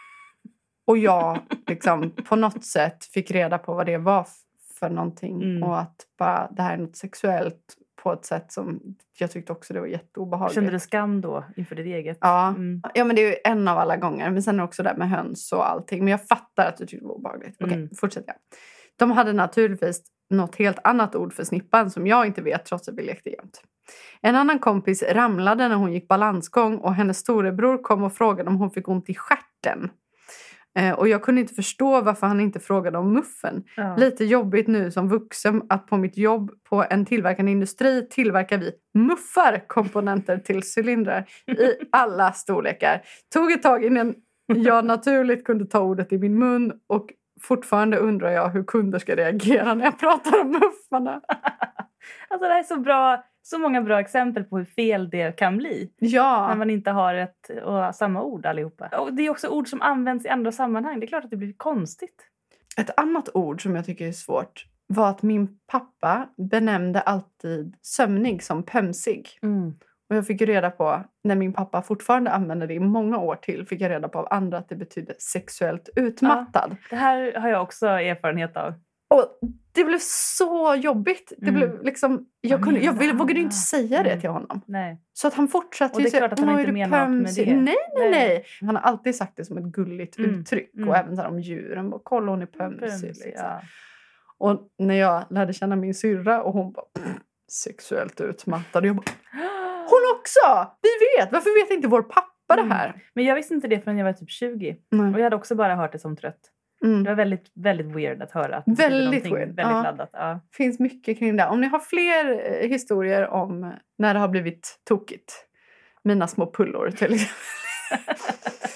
Och jag liksom på något sätt fick reda på vad det var f- för någonting. Mm. Och att bara, det här är något sexuellt på ett sätt som jag tyckte också det var jätteobehagligt. Kände du skam då inför ditt eget? Ja. Mm. Ja, men det är ju en av alla gånger. Men sen är det också där med höns och allting. Men jag fattar att du tyckte det var obehagligt. Okej, Mm. fortsätter jag. De hade naturligtvis något helt annat ord för snippan som jag inte vet trots att vi lekte jämt. En annan kompis ramlade när hon gick balansgång och hennes storebror kom och frågade om hon fick ont i stjärten. Eh, och jag kunde inte förstå varför han inte frågade om muffen. Ja. Lite jobbigt nu som vuxen att på mitt jobb på en tillverkande industri tillverkar vi muffar komponenter till cylindrar i alla storlekar. Tog ett tag innan jag naturligt kunde ta ordet i min mun och fortfarande undrar jag hur kunder ska reagera när jag pratar om muffarna. Alltså det här är så bra, så många bra exempel på hur fel det kan bli. När Ja, man inte har ett och samma ord allihopa. Och det är också ord som används i andra sammanhang. Det är klart att det blir konstigt. ett annat ord som jag tycker är svårt var att min pappa benämnde alltid sömnig som pömsig. Och jag fick reda på, när min pappa fortfarande använde det i många år till, fick jag reda på av andra att det betyder sexuellt utmattad. Det här har jag också erfarenhet av. Och det blev så jobbigt. Det Mm. blev liksom, jag, Vad kunde, jag menar ville, han? vågade ju inte säga det Mm. till honom. Nej. Så att han fortsatte Och det är ju säga, klart att han "Oj, inte är du menar något med pömsig?" det. Nej, nej, Nej. nej. Han har alltid sagt det som ett gulligt Mm. uttryck. Mm. Och även så här om djuren. Bara, kolla, hon är pömsig. Pömsig, Liksom. ja. Och när jag lärde känna min syrra och hon bara sexuellt utmattad. Och jag bara, hon också! Vi vet! Varför vet inte vår pappa det här? Men jag visste inte det förrän jag var typ tjugo. Mm. Och jag hade också bara hört det som trött. Mm. Det var väldigt, väldigt weird att höra. Att det betyder Väldigt någonting weird, Väldigt ja. laddat. Ja. Finns mycket kring det. Om ni har fler eh, historier om när det har blivit tokigt. Mina små pullor till exempel.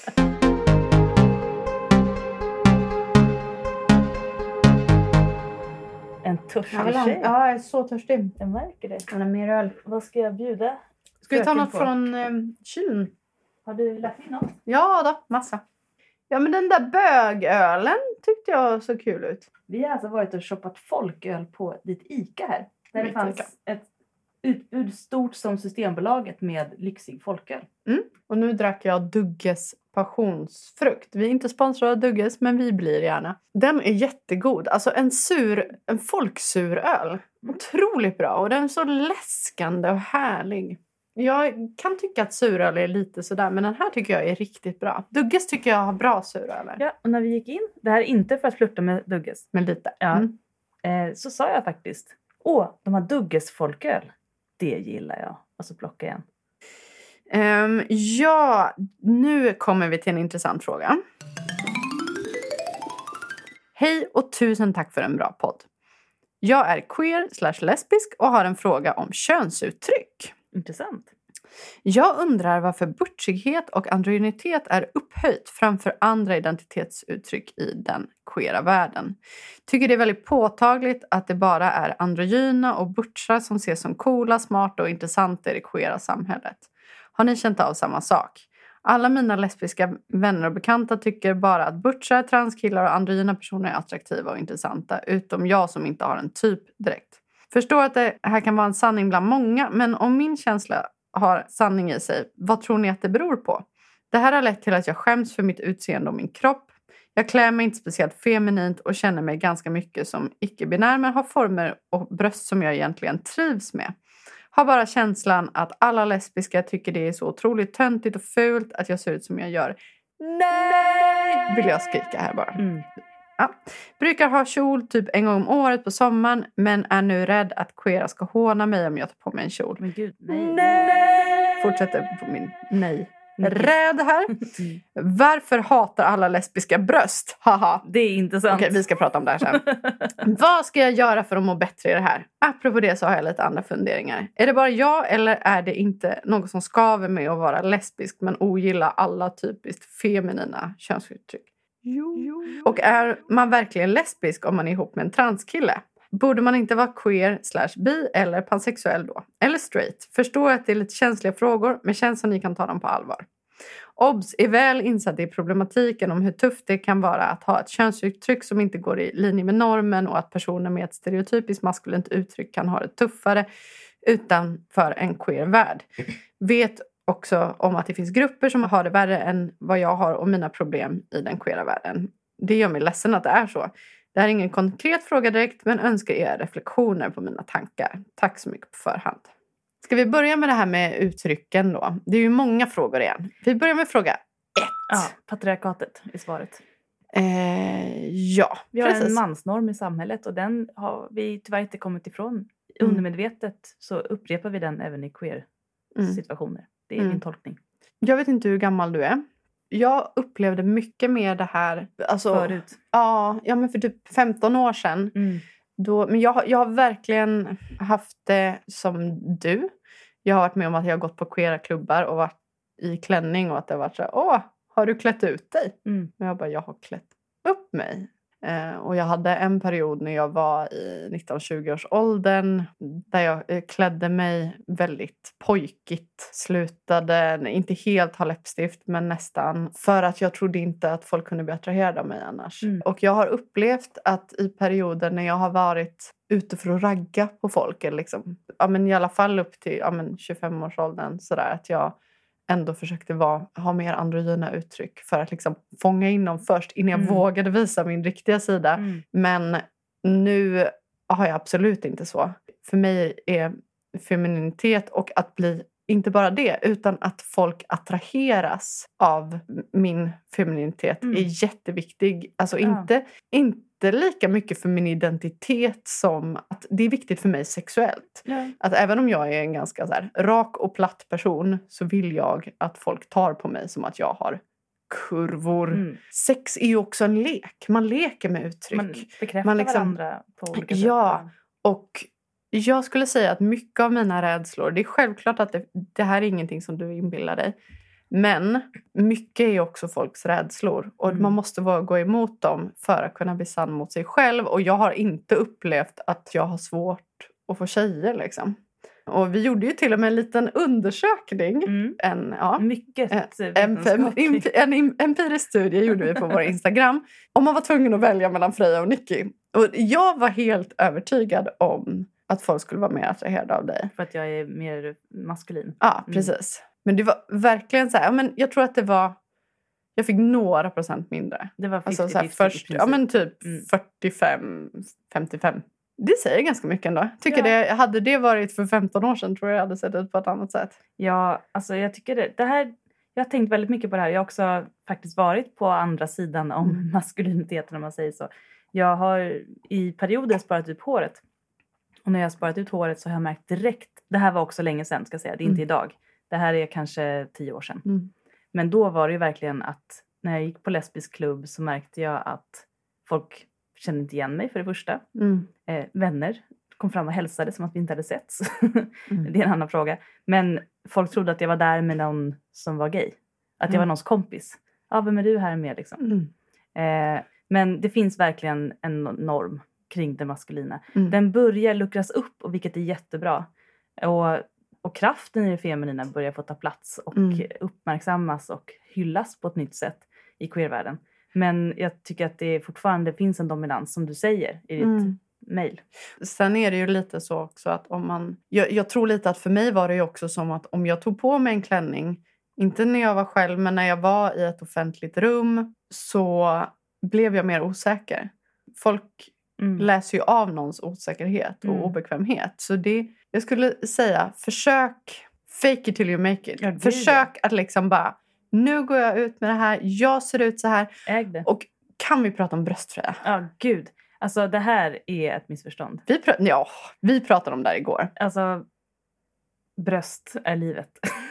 En törstig Jag vill ha- tjej. Ja, jag är så törstig. Jag märker det. Jag vill ha mer öl. Vad ska jag bjuda? Ska vi ta fröken något på? från eh, kylen? Har du lagt in något? Ja då, massa. Ja, men den där bögölen tyckte jag såg kul ut. Vi har alltså varit och shoppat folköl på ditt Ica här. Där det Mitt fanns Ica. ett utbud stort som Systembolaget med lyxig folköl. Och nu drack jag Dugges passionsfrukt. Vi är inte sponsrade av Dugges, men vi blir gärna. Den är jättegod. Alltså en sur, en folksuröl. Otroligt bra. Och den är så läskande och härlig. Jag kan tycka att suröl är lite sådär, men den här tycker jag är riktigt bra. Dugges tycker jag har bra suröler. Ja, och när vi gick in, det här är inte för att flirta med Dugges, Men lite. Ja. Mm. eh, så sa jag faktiskt, åh, de har Dugges folköl. Det gillar jag. Och så plocka igen. Ehm, ja, nu kommer vi till en intressant fråga. Hej och tusen tack för en bra podd. Jag är queer slash lesbisk och har en fråga om könsuttryck. Intressant. Jag undrar varför butchighet och androgynitet är upphöjt framför andra identitetsuttryck i den queera världen. Tycker det är väldigt påtagligt att det bara är androgyna och butchar som ses som coola, smarta och intressanta i det queera samhället. Har ni känt av samma sak? Alla mina lesbiska vänner och bekanta tycker bara att butchar, transkillar och androgyna personer är attraktiva och intressanta. Utom jag som inte har en typ direkt. Förstår att det här kan vara en sanning bland många. Men om min känsla har sanning i sig, vad tror ni att det beror på? Det här har lett till att jag skäms för mitt utseende och min kropp. Jag klär mig inte speciellt feminint och känner mig ganska mycket som icke-binär. Men har former och bröst som jag egentligen trivs med. Har bara känslan att alla lesbiska tycker det är så otroligt töntigt och fult att jag ser ut som jag gör. Nej! Vill jag skrika här bara. Mm. Ja. Brukar ha kjol typ en gång om året på sommaren. Men är nu rädd att queera ska håna mig om jag tar på mig en kjol. Men gud, nej. Nej! Fortsätter på min nej. Rädd här. Varför hatar alla lesbiska bröst? Haha. Det är inte sant. Okej, vi ska prata om det här sen. Vad ska jag göra för att må bättre i det här? Apropå det så har jag lite andra funderingar. Är det bara jag eller är det inte något som skaver med att vara lesbisk men ogilla alla typiskt feminina könsuttryck? Jo. Och är man verkligen lesbisk om man är ihop med en transkille? Borde man inte vara queer slash bi eller pansexuell då? Eller straight? Förstår att det är lite känsliga frågor men känns som ni kan ta dem på allvar. Obs är väl insatt i problematiken om hur tufft det kan vara att ha ett könsuttryck som inte går i linje med normen och att personer med ett stereotypiskt maskulint uttryck kan ha det tuffare utanför en queer värld. Vet också om att det finns grupper som har det värre än vad jag har och mina problem i den queera världen. Det gör mig ledsen att det är så. Det här är ingen konkret fråga direkt men önskar er reflektioner på mina tankar. Tack så mycket på förhand. Ska vi börja med det här med uttrycken då? Det är ju många frågor igen. Vi börjar med fråga ett. Ja, patriarkatet är svaret. Eh, ja, Vi har precis. en mansnorm i samhället och den har vi tyvärr inte kommit ifrån. Mm. Undermedvetet så upprepar vi den även i queer-situationer. Mm. Det är Mm. min tolkning. Jag vet inte hur gammal du är. Jag upplevde mycket mer det här. Alltså, Förut. Ja, ja, men för typ femton år sedan. Mm. Då, men jag, har- jag har verkligen haft det som du. Jag har varit med om att jag har gått på queera klubbar och varit i klänning. Och att det har varit så här, åh, har du klätt ut dig? Mm. Men jag bara, jag har klätt upp mig. Eh, och jag hade en period när jag var i nitton-tjugo års åldern. Där jag eh, klädde mig väldigt pojkigt. Slutade, nej, inte helt ha läppstift men nästan. För att jag trodde inte att folk kunde bli attraherade av mig annars. Mm. Och jag har upplevt att i perioder när jag har varit ute för att ragga på folk. Eller liksom, ja, men i alla fall upp till ja, men tjugofem-årsåldern. Sådär att jag ändå försökte vara, ha mer androgyna uttryck för att liksom fånga in dem först innan jag Mm. vågade visa min riktiga sida. Mm. Men nu har jag absolut inte så. För mig är femininitet och att bli, inte bara det, utan att folk attraheras av min femininitet Mm. är jätteviktig. Alltså Ja. inte, inte lika mycket för min identitet som att det är viktigt för mig sexuellt. Ja. Att även om jag är en ganska så här, rak och platt person så vill jag att folk tar på mig som att jag har kurvor. Mm. Sex är ju också en lek. Man leker med uttryck. Man bekräftar Man liksom- varandra på olika Ja. sätt. Och jag skulle säga att mycket av mina rädslor, det är självklart att det, det här är ingenting som du inbillar dig. Men mycket är också folks rädslor. Och Mm. man måste våga gå emot dem för att kunna bli sann mot sig själv. Och jag har inte upplevt att jag har svårt att få tjejer liksom. Och vi gjorde ju till och med en liten undersökning. Mm. En, ja. Mycket En, vetenskaplig. en, en empirisk studie gjorde vi på vår Instagram. Om man var tvungen att välja mellan Freja och Nicky. Och jag var helt övertygad om att folk skulle vara mer attraherade av dig. För att jag är mer maskulin. Ja, Mm. precis. Men det var verkligen så här. Ja, men jag tror att det var... Jag fick några procent mindre. Det var Alltså femtio så här femtio först, i ja princip. men typ Mm. fyrtiofem, femtiofem. Det säger ganska mycket ändå. Tycker Ja. det, hade det varit för femton år sedan tror jag jag hade sett ut på ett annat sätt. Ja, alltså jag tycker det, det här... Jag har tänkt väldigt mycket på det här. Jag har också faktiskt varit på andra sidan om Mm. maskuliniteten om man säger så. Jag har i perioder sparat ut håret. Och när jag har sparat ut håret så har jag märkt direkt. Det här var också länge sedan ska jag säga. Det är inte Mm. idag. Det här är kanske tio år sedan. Mm. Men då var det ju verkligen att när jag gick på lesbisk klubb så märkte jag att folk kände inte igen mig för det första. Mm. Eh, vänner kom fram och hälsade som att vi inte hade setts. Mm. Det är en annan fråga. Men folk trodde att jag var där med någon som var gay. Att jag Mm. var någons kompis. Ja, vem är du här med liksom? Mm. Eh, men det finns verkligen en norm kring det maskulina. Mm. Den börjar luckras upp och vilket är jättebra. Och och kraften i det feminina börjar få ta plats och Mm. uppmärksammas och hyllas på ett nytt sätt i queervärlden. Men jag tycker att det fortfarande finns en dominans som du säger i ditt Mm. mejl. Sen är det ju lite så också att om man... Jag, jag tror lite att för mig var det ju också som att om jag tog på mig en klänning, inte när jag var själv men när jag var i ett offentligt rum, så blev jag mer osäker. Folk Mm. läser ju av någons osäkerhet och Mm. obekvämhet. Så det, jag skulle säga, försök fake it till you make it. Ja, gud, försök att liksom bara, nu går jag ut med det här, jag ser ut så här. Äg det. Och kan vi prata om bröst, Freja? Ja, gud. Alltså det här är ett missförstånd. Vi, pra- ja, vi pratade om det här igår. Alltså, bröst är livet.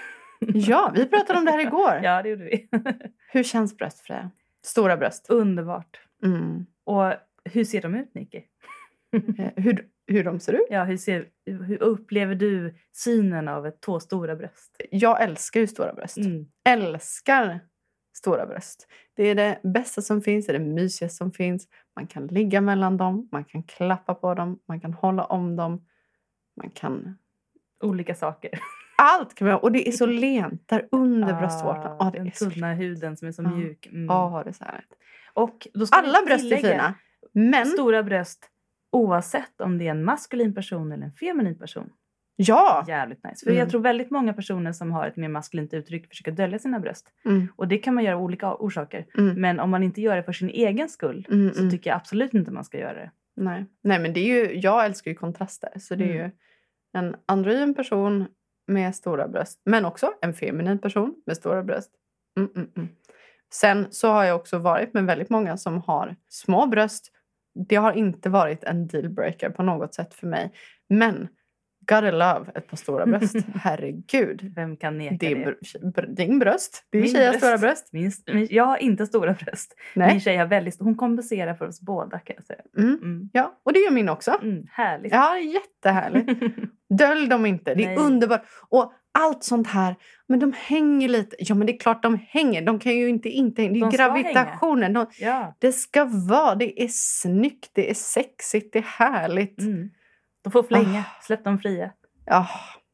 Ja, vi pratade om det här igår. Ja, det gjorde vi. Hur känns bröst, Freja? Stora bröst. Underbart. Mm. Och hur ser de ut, Nicky? Eh, hur, hur de ser ut? Ja, hur, ser, hur upplever du synen av ett två stora bröst? Jag älskar ju stora bröst. Mm. Älskar stora bröst. Det är det bästa som finns, det är det mysigaste som finns. Man kan ligga mellan dem, man kan klappa på dem, man kan hålla om dem. Man kan... Olika saker. Allt kan man, och det är så lent där under bröstvårtan. Ja, det den är så tunna huden som är så Ja. mjuk. Mm. Ja, det är så här. Och då ska Alla vi bröst är tillägga fina. Men Stora bröst oavsett om det är en maskulin person eller en feminin person. ja. Jävligt nice. För Mm. jag tror väldigt många personer som har ett mer maskulint uttryck försöker dölja sina bröst. Mm, Och det kan man göra av olika orsaker. mm, Men om man inte gör det för sin egen skull mm, så mm. tycker jag absolut inte man ska göra det. Nej. Nej, men det är ju, jag älskar ju kontraster. Så det är Mm. ju en androgyn person med stora bröst. Men också en feminin person med stora bröst. Mm, mm, mm. Sen så har jag också varit med väldigt många som har små bröst. Det har inte varit en dealbreaker på något sätt för mig. Men gotta love ett par stora bröst. Herregud. Vem kan neka Det det? är br- br- din bröst. Din Min tjej har bröst. stora bröst. Min, min, jag har inte stora bröst. Min Nej. tjej har väldigt... Hon kompenserar för oss båda kan jag säga. Mm. Mm. Ja, och det gör min också. Mm, härligt. Ja, jättehärligt. Dölj dem inte. Det är Nej. underbart. Och allt sånt här. Men de hänger lite. Ja, men det är klart de hänger. De kan ju inte inte hänga. Det är De ska gravitationen. De, Ja. det ska vara. Det är snyggt. Det är sexigt. Det är härligt. Mm. De får flänga. Ah. Släpp dem fria. Ja.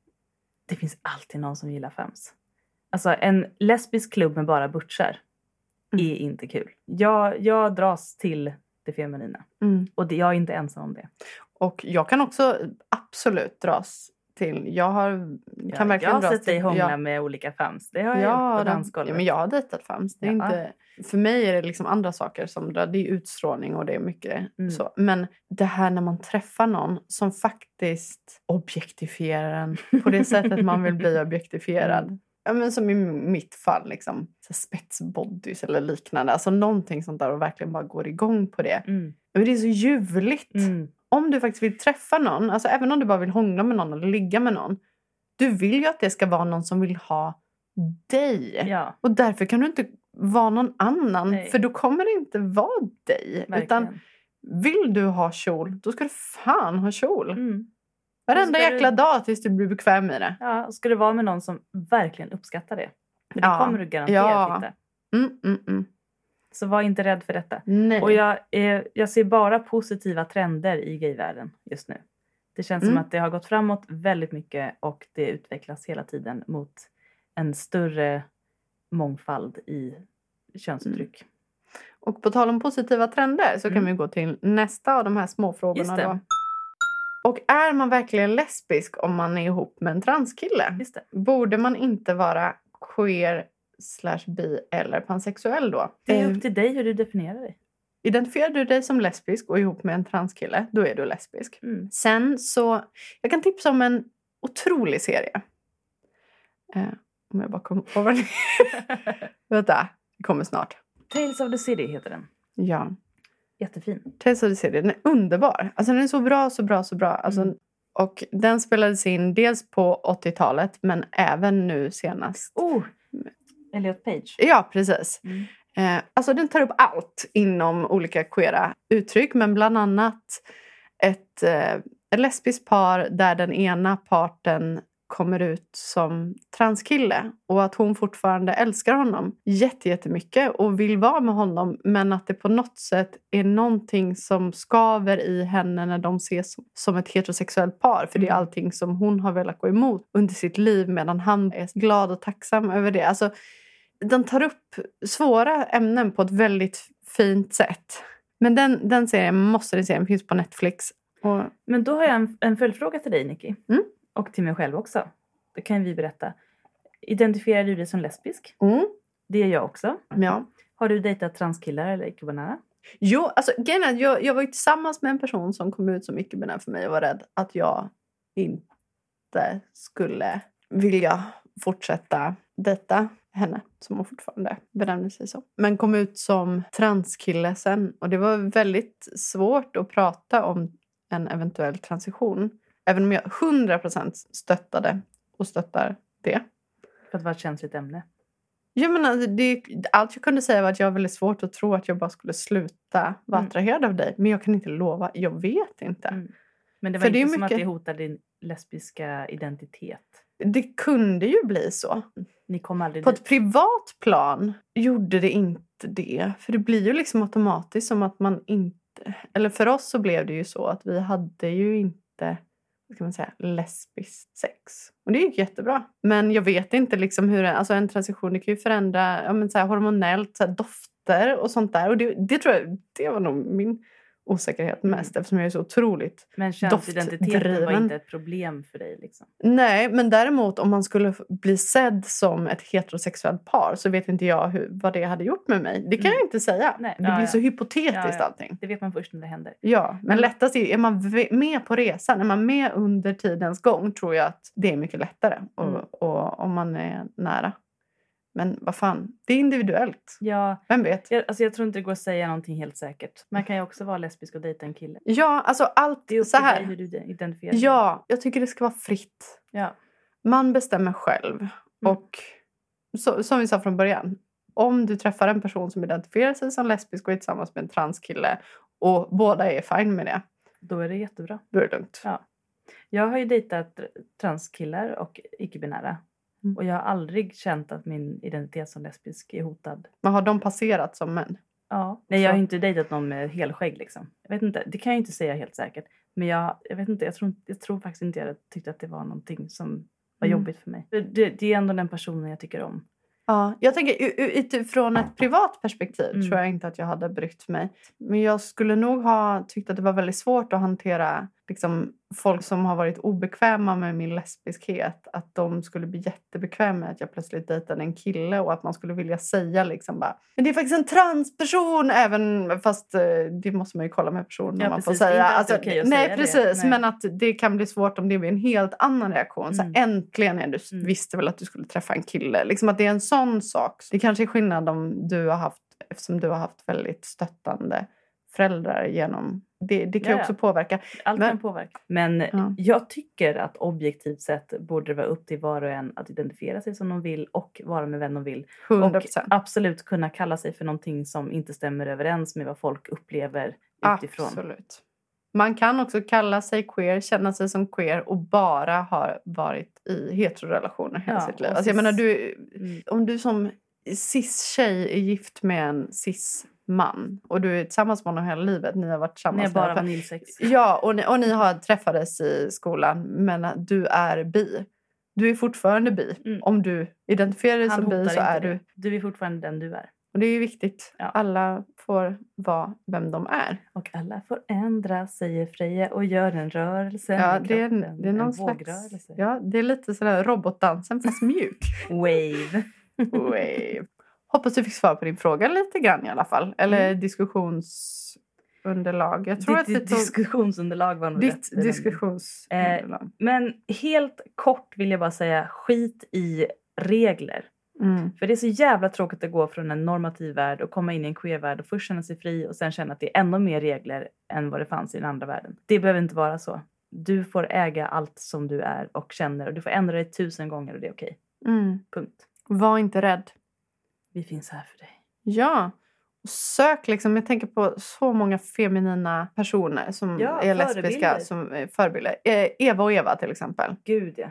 Det finns alltid någon som gillar fems. Alltså en lesbisk klubb med bara butchar Mm. är inte kul. Jag, jag dras till det feminina. Mm. Och det, jag är inte ensam om det. Och jag kan också absolut dras till. Jag har, kan Jag, jag verkligen har dras sett dig till. hångla Ja. med olika fems. Det har jag Ja, gjort på det- dansgolvet. ja, men jag har dejtat fams. Det är Ja. inte, för mig är det liksom andra saker som drar. Det är utstrålning och det är mycket Mm. så. Men det här när man träffar någon som faktiskt objektifierar en på det sättet man vill bli objektifierad. Mm. Ja, men som i mitt fall, liksom, så spetsbodys eller liknande. Alltså någonting sånt där och verkligen bara går igång på det. Mm. Men det är så ljuvligt. Mm. Om du faktiskt vill träffa någon, alltså även om du bara vill hångla med någon eller ligga med någon. Du vill ju att det ska vara någon som vill ha dig. Ja, Och därför kan du inte vara någon annan. Nej. För då kommer det inte vara dig. verkligen. Utan vill du ha kjol, då ska du fan ha kjol. Mm. Varenda Då ska jäkla du- dag tills du blir bekväm i det. Ja, och ska det vara med någon som verkligen uppskattar det. För det Ja. kommer du garanterat Ja. hitta. Mm, mm, mm. Så var inte rädd för detta. Nej. Och jag, eh, jag ser bara positiva trender i gayvärlden just nu. Det känns som Mm. att det har gått framåt väldigt mycket och det utvecklas hela tiden mot en större mångfald i könsuttryck. Och på tal om positiva trender så kan Mm. vi gå till nästa av de här små frågorna. Just det. Då. Och är man verkligen lesbisk om man är ihop med en transkille? Just det. Borde man inte vara queer slash bi eller pansexuell då? Det är Eh, upp till dig hur du definierar dig. Identifierar du dig som lesbisk och ihop med en transkille, då är du lesbisk. Mm. Sen så, jag kan tipsa om en otrolig serie. Eh, om jag bara kommer på vad det Vänta, det kommer snart. Tales of the City heter den. Ja, Jättefin. Tales of the City, den är underbar. Alltså den är så bra, så bra, så bra. Alltså, Mm. Och den spelades in dels på åttiotalet men även nu senast. Oh! Elliot Page. Ja, precis. Mm. Eh, alltså den tar upp allt inom olika queera uttryck. Men bland annat ett, eh, ett lesbiskt par där den ena parten kommer ut som transkille. Och att hon fortfarande älskar honom jätte, jättemycket och vill vara med honom. Men att det på något sätt är någonting som skaver i henne när de ses som ett heterosexuellt par. För det är allting som hon har velat gå emot under sitt liv medan han är glad och tacksam över det. Alltså, den tar upp svåra ämnen på ett väldigt fint sätt. Men den, den serien måste ni se, den finns på Netflix. Och... Men då har jag en, en följdfråga till dig, Nicky. Mm. Och till mig själv också. Det kan vi berätta. Identifierar du dig som lesbisk? Mm. Det är jag också. Ja. Har du dejtat transkillar eller icke-binära? Jo, alltså jag, jag var ju tillsammans med en person som kom ut som icke-binär för mig och var rädd att jag inte skulle vilja fortsätta dejta henne, som hon fortfarande benämner sig som. Men kom ut som transkille sen. Och det var väldigt svårt att prata om en eventuell transition. Även om jag hundra procent stöttade och stöttar det. För att det var ett känsligt ämne. Jag menar, det, allt jag kunde säga var att jag har väldigt svårt att tro att jag bara skulle sluta vara Mm. attraherad av dig. Men jag kan inte lova, jag vet inte. Mm. Men det var För det inte är som mycket- att det hotar din lesbiska identitet. Det kunde ju bli så. Ni kom aldrig På dit. ett privat plan gjorde det inte det. För det blir ju liksom automatiskt som att man inte... Eller för oss så blev det ju så att vi hade ju inte, vad ska man säga, lesbiskt sex. Och det gick jättebra. Men jag vet inte liksom hur... Alltså en transition, det kan ju förändra ja, men så här, hormonellt, så här, dofter och sånt där. Och det, det tror jag, det var nog min osäkerhet mest. Mm. Eftersom jag är så otroligt... Men könsidentiteten var doftdriven. inte ett problem för dig liksom. Nej, men däremot om man skulle bli sedd som ett heterosexuellt par så vet inte jag hur, vad det hade gjort med mig. Det kan Mm. jag inte säga. Nej, det ja, blir ja. så hypotetiskt Ja, ja. allting. Det vet man först när det händer. Ja, men Men- lättast är, är man ve- med på resan, är man med under tidens gång tror jag att det är mycket lättare. Och, Mm. och om man är nära. Men vad fan, det är individuellt. Ja, Vem vet? jag, alltså jag tror inte det går att säga någonting helt säkert. Man kan ju också vara lesbisk och dejta en kille. Ja, alltså allt Det är upp så till dig här. hur du identifierar dig. Ja, jag tycker det ska vara fritt. Ja. Man bestämmer själv. Och så, som vi sa från början. Om du träffar en person som identifierar sig som lesbisk och är tillsammans med en transkille. Och båda är fine med det. Då är det jättebra. Då är det lugnt. Ja. Jag har ju dejtat transkillar och icke-binära. Mm. Och jag har aldrig känt att min identitet som lesbisk är hotad. Men har de passerat som män? Ja. Nej, jag har Så. ju inte dejtat någon med helskägg liksom. Jag vet inte, det kan jag inte säga helt säkert. Men jag, jag vet inte, jag tror, jag tror faktiskt inte jag tyckte att det var någonting som var Mm. jobbigt för mig. Det, det är ändå den personen jag tycker om. Ja, jag tänker u- u- utifrån ett privat perspektiv Mm. tror jag inte att jag hade brytt mig. Men jag skulle nog ha tyckt att det var väldigt svårt att hantera liksom, folk som har varit obekväma med min lesbiskhet. Att de skulle bli jättebekväma med att jag plötsligt dejtade en kille och att man skulle vilja säga liksom bara men det är faktiskt en transperson även fast eh, det måste man ju kolla med personen Ja, om man får precis. Det är säga. inte alltid Alltså, okej att nej, säga det. precis. Nej. Men att det kan bli svårt om det blir en helt annan reaktion. Så här, Mm. äntligen är du Mm. visste väl att du skulle träffa en kille. Liksom att det är en sån sak. Det kanske är skillnad om du har haft, eftersom du har haft väldigt stöttande föräldrar genom, det, det kan ju Ja, ja. också påverka. Allt Men- kan påverka. Men Ja. jag tycker att objektivt sett borde det vara upp till var och en att identifiera sig som de vill och vara med vem de vill. hundra Och procent. absolut kunna kalla sig för någonting som inte stämmer överens med vad folk upplever utifrån. Absolut. Man kan också kalla sig queer, känna sig som queer och bara ha varit i heterorelationer hela Ja, sitt liv. och Alltså jag cis- menar, du, Mm. om du som cis-tjej är gift med en cis-man och du är tillsammans med honom hela livet, ni har varit När tillsammans jag bara hela- var nilsex. Ja, och ni, och ni har träffades i skolan, men att du är bi. Du är fortfarande bi. Mm. Om du identifierar dig Han som bi hotar så är inte du. det. Du är fortfarande den du är. Och det är ju viktigt. Ja. Alla får vara vem de är. Och alla får ändra, säger Freja och gör en rörelse Ja, med det är, kroppen. det är någon en slags... vågrörelse. Ja, det är lite sådär robotdansen fast mjuk. Wave. Wave. Hoppas du fick svar på din fråga lite grann i alla fall. Eller diskussionsunderlag. Jag tror Ditt, att det ditt tog... diskussionsunderlag var nog rätt Ditt benämning. diskussionsunderlag. Men helt kort vill jag bara säga skit i regler. Mm. För det är så jävla tråkigt att gå från en normativ värld och komma in i en queer-värld och först känna sig fri och sen känna att det är ännu mer regler än vad det fanns i den andra världen. Det behöver inte vara så. Du får äga allt som du är och känner och du får ändra dig tusen gånger och det är okej. Mm. Punkt. Var inte rädd. Vi finns här för dig. Ja. Sök liksom, jag tänker på så många feminina personer som Ja, är lesbiska förebilder. som är förebilder. Eh, Eva och Eva till exempel. Gud, ja.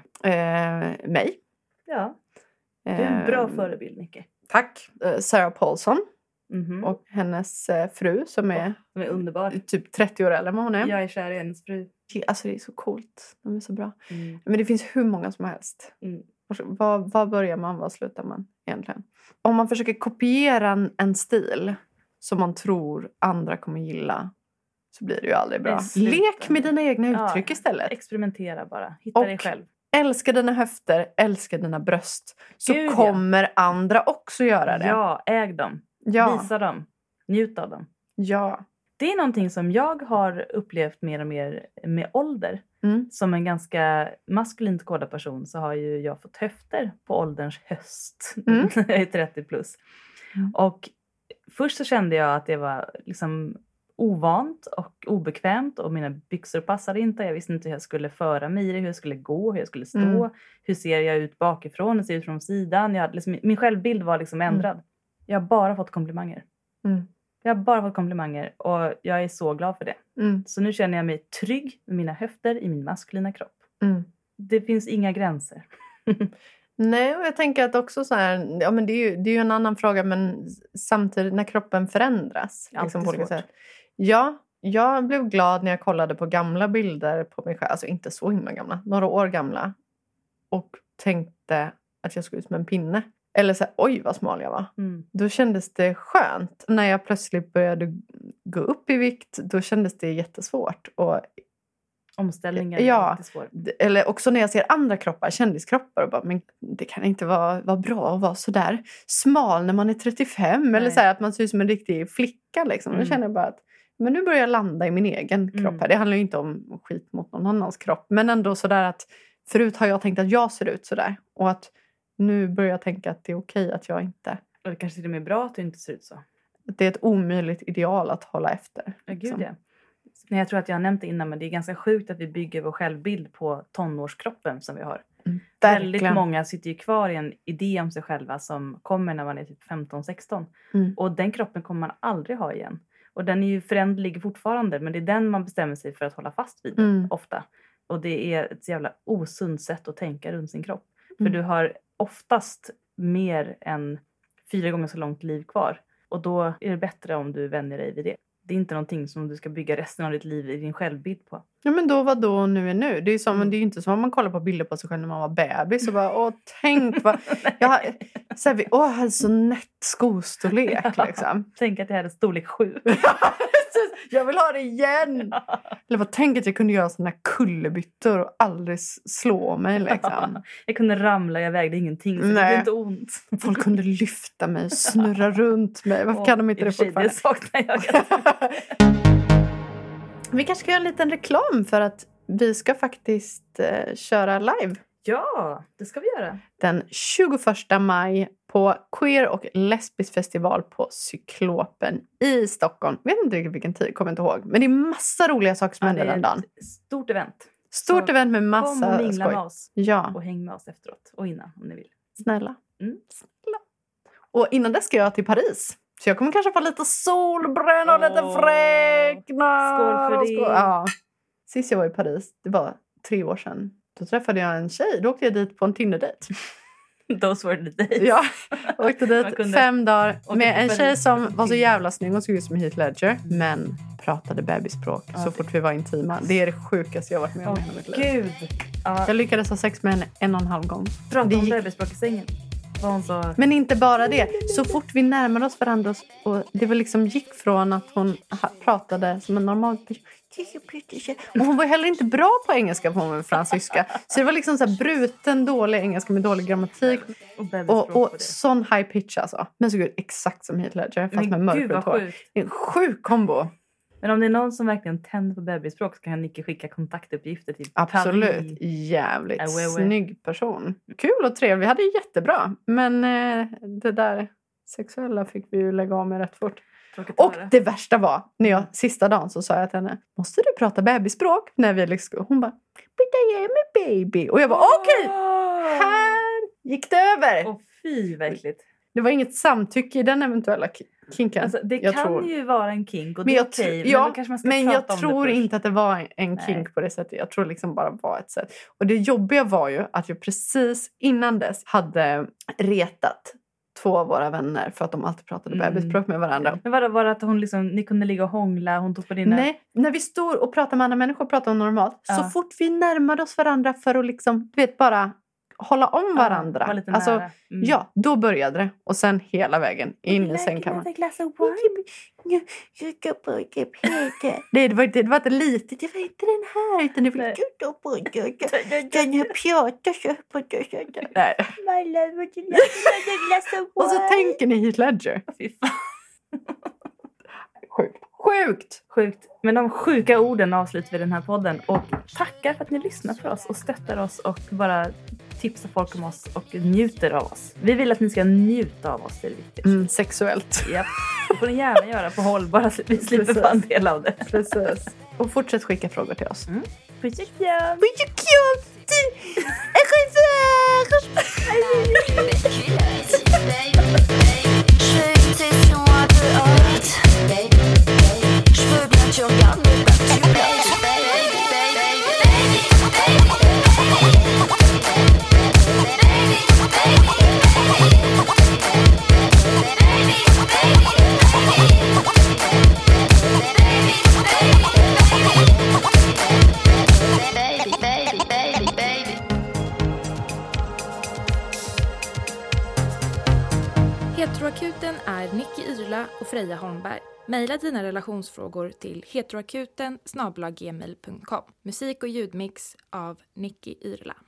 Eh, mig. Ja, du är en bra Eh, förebild, Nicke. Tack. Eh, Sarah Paulson Mhm. och hennes eh, fru som är De är underbar. typ trettio år äldre än vad hon är. Jag är kär i hennes fru. Alltså det är så coolt. De är så bra. Mm. Men det finns hur många som helst. Mm. Var, var börjar man? Var slutar man egentligen? Om man försöker kopiera en, en stil som man tror andra kommer gilla så blir det ju aldrig bra. Det slutar. Lek med dina egna Ja. uttryck istället. Experimentera bara. Hitta Och- dig själv. Älska dina höfter, älska dina bröst. Så Gud, ja. kommer andra också göra det. Ja, äg dem. Ja. Visa dem. Njut av dem. Ja. Det är någonting som jag har upplevt mer och mer med ålder. Mm. Som en ganska maskulint kodad person så har ju jag fått höfter på ålderns höst. Mm. jag är trettio plus. Mm. Och först så kände jag att det var liksom ovant och obekvämt. Och mina byxor passade inte. Jag visste inte hur jag skulle föra mig i det. Hur jag skulle gå. Hur jag skulle stå. Mm. Hur ser jag ut bakifrån. Hur ser jag ut från sidan. Jag hade liksom, min självbild var liksom ändrad. Jag har bara fått komplimanger. Mm. Jag har bara fått komplimanger. Och jag är så glad för det. Mm. Så nu känner jag mig trygg med mina höfter i min maskulina kropp. Mm. Det finns inga gränser. Nej, och jag tänker att också så här, ja men det är ju, det är ju en annan fråga, men samtidigt när kroppen förändras Alltid liksom på olika svårt. sätt. Ja, jag blev glad när jag kollade på gamla bilder på mig själv, alltså inte så himla gamla, några år gamla, och tänkte att jag såg ut som en pinne. Eller så här, oj vad smal jag var. Mm. Då kändes det skönt. När jag plötsligt började gå upp i vikt, då kändes det jättesvårt. Och Omställningar är Ja. alltid svåra. eller också när jag ser andra kroppar, kändiskroppar, och bara, men det kan inte vara, vara bra att vara så där smal när man är trettiofem. Nej. Eller så här, att man ser ut som en riktig flicka. Liksom. Mm. Då känner jag bara att men nu börjar jag landa i min egen Mm. kropp här. Det handlar ju inte om skit mot någon annans kropp. Men ändå sådär att förut har jag tänkt att jag ser ut sådär. Och att nu börjar jag tänka att det är okej att jag inte... Och det kanske till och med är bra att du inte ser ut så. Att det är ett omöjligt ideal att hålla efter. Ja, gud liksom. ja. Nej, jag tror att jag har nämnt det innan, men det är ganska sjukt att vi bygger vår självbild på tonårskroppen som vi har. Mm, Väldigt verkligen. många sitter ju kvar i en idé om sig själva som kommer när man är typ femton sexton. Mm. Och den kroppen kommer man aldrig ha igen. Och den är ju föränderlig fortfarande, men det är den man bestämmer sig för att hålla fast vid Mm. ofta. Och det är ett jävla osunt sätt att tänka runt sin kropp. För Mm. du har oftast mer än fyra gånger så långt liv kvar. Och då är det bättre om du vänjer dig vid det. Det är inte någonting som du ska bygga resten av ditt liv i din självbild på. Ja, men då var då och nu är nu. Det är, som, Mm. det är ju inte som om man kollar på bilder på sig själv när man var bebis. Och bara, åh tänk vad... Jag, har- så här, vi- åh, jag hade så nätt skostorlek liksom. Tänk att jag hade storlek sju. Jag vill ha det igen! Eller bara, tänk att jag kunde göra sådana här kullerbyttor och aldrig s- slå mig liksom. Jag kunde ramla, jag vägde ingenting. Så det Nej. gjorde inte ont. Folk kunde lyfta mig, snurra runt mig. Varför Och kan de inte i och det för sig, fortfarande? Det saknar jag. Vi kanske ska göra en liten reklam för att vi ska faktiskt eh, köra live. Ja, det ska vi göra. Den tjugoförsta maj på Queer och lesbisk festival på Cyklopen i Stockholm. Jag vet inte riktigt vilken tid, kommer inte ihåg. Men det är massa roliga saker som Ja, händer det är den dagen. ett stort event. Stort så event med Kom massa och mingla skoj. med oss. Ja, Och häng med oss efteråt. Och innan om ni vill. snälla. Mm. Snälla. Och innan det ska jag till Paris. Så jag kommer kanske få lite solbränna och lite Åh. fräknar. Skål för och det. Ja. Sist jag var i Paris, det var tre år sedan. Då träffade jag en tjej. Då åkte jag dit på en Tinder-dejt. Those were the days. Ja, jag åkte Man dit kunde fem dagar åka med till en Paris. tjej som var så jävla snygg och såg ut som Heath Ledger. Men pratade bebisspråk Ja, så det- fort vi var intima. Det är det sjukaste jag varit med om Åh i hela mitt liv. gud. Ja, Jag lyckades ha sex med henne en och en halv gång. pratade det om gick- bebisspråk i sängen. Var hon så... Men inte bara det. Så fort vi närmade oss varandra och- och det var liksom gick från att hon ha- pratade som en normal person. Och hon var heller inte bra på engelska, för hon var fransyska. Så det var liksom så här bruten, dålig engelska med dålig grammatik. Och bebisspråk Och, och på det. sån high pitch alltså. Men såg ut exakt som Heath Ledger, fast med Men gud mörkbrut vad hår. sjukt. En sjuk kombo. Men om det är någon som verkligen tänder på bebisspråk så kan Nicke skicka kontaktuppgifter till Absolut. Paris. Jävligt Ah, ouais, ouais. snygg person. Kul och trevlig. Vi hade det jättebra. Men eh, det där sexuella fick vi ju lägga av med rätt fort. Tråkigt att Och höra. det värsta var, när jag sista dagen så sa jag till henne, måste du prata bebisspråk? När vi liksom, hon bara, but I am a baby. Och jag bara, okej, Åh! här gick det över. Åh fy, verkligt. Det var inget samtycke i den eventuella ki- kinken. Alltså, det jag kan tror. ju vara en kink och Men det är jag, okej. tr- ja, men då kanske man ska men prata jag om tror det först. inte att det var en Nej. kink på det sättet. Jag tror liksom bara var ett sätt. Och det jobbiga var ju att jag precis innan dess hade retat två av våra vänner för att de alltid pratade Mm. bebisspråk med varandra. Men vadå, var det att hon liksom, ni kunde ligga och hångla, hon tog på dina... Nej, när vi står och pratar med andra människor pratar om normalt. Ja. Så fort vi närmade oss varandra för att liksom, du vet, bara hålla om Ja, varandra. var lite alltså, nära. Mm. ja, då började det. Och sen hela vägen in i sängkammaren. Nej, det var inte, det var inte lite. Det var inte den här. Utan det var... Nej. Kan jag prata så på det? Nej. Och så tänker ni Heath Ledger. Fy fan. Sjukt. Sjukt! Sjukt. Men de sjuka orden avslutar vi den här podden. Och tackar för att ni lyssnar på oss och stöttar oss och bara tipsar folk om oss och njuter av oss. Vi vill att ni ska njuta av oss, det är det viktigaste. Mm, sexuellt. Japp. Det får ni gärna göra på håll, bara så vi slipper Precis. få en del av det. Precis. Och fortsätt skicka frågor till oss. Mm. Projekt, ja. Heteroakuten är Nicky Yrla och Freja Holmberg. Maila dina relationsfrågor till heteroakuten snabel-a gmail punkt com. Musik och ljudmix av Nicky Yrla.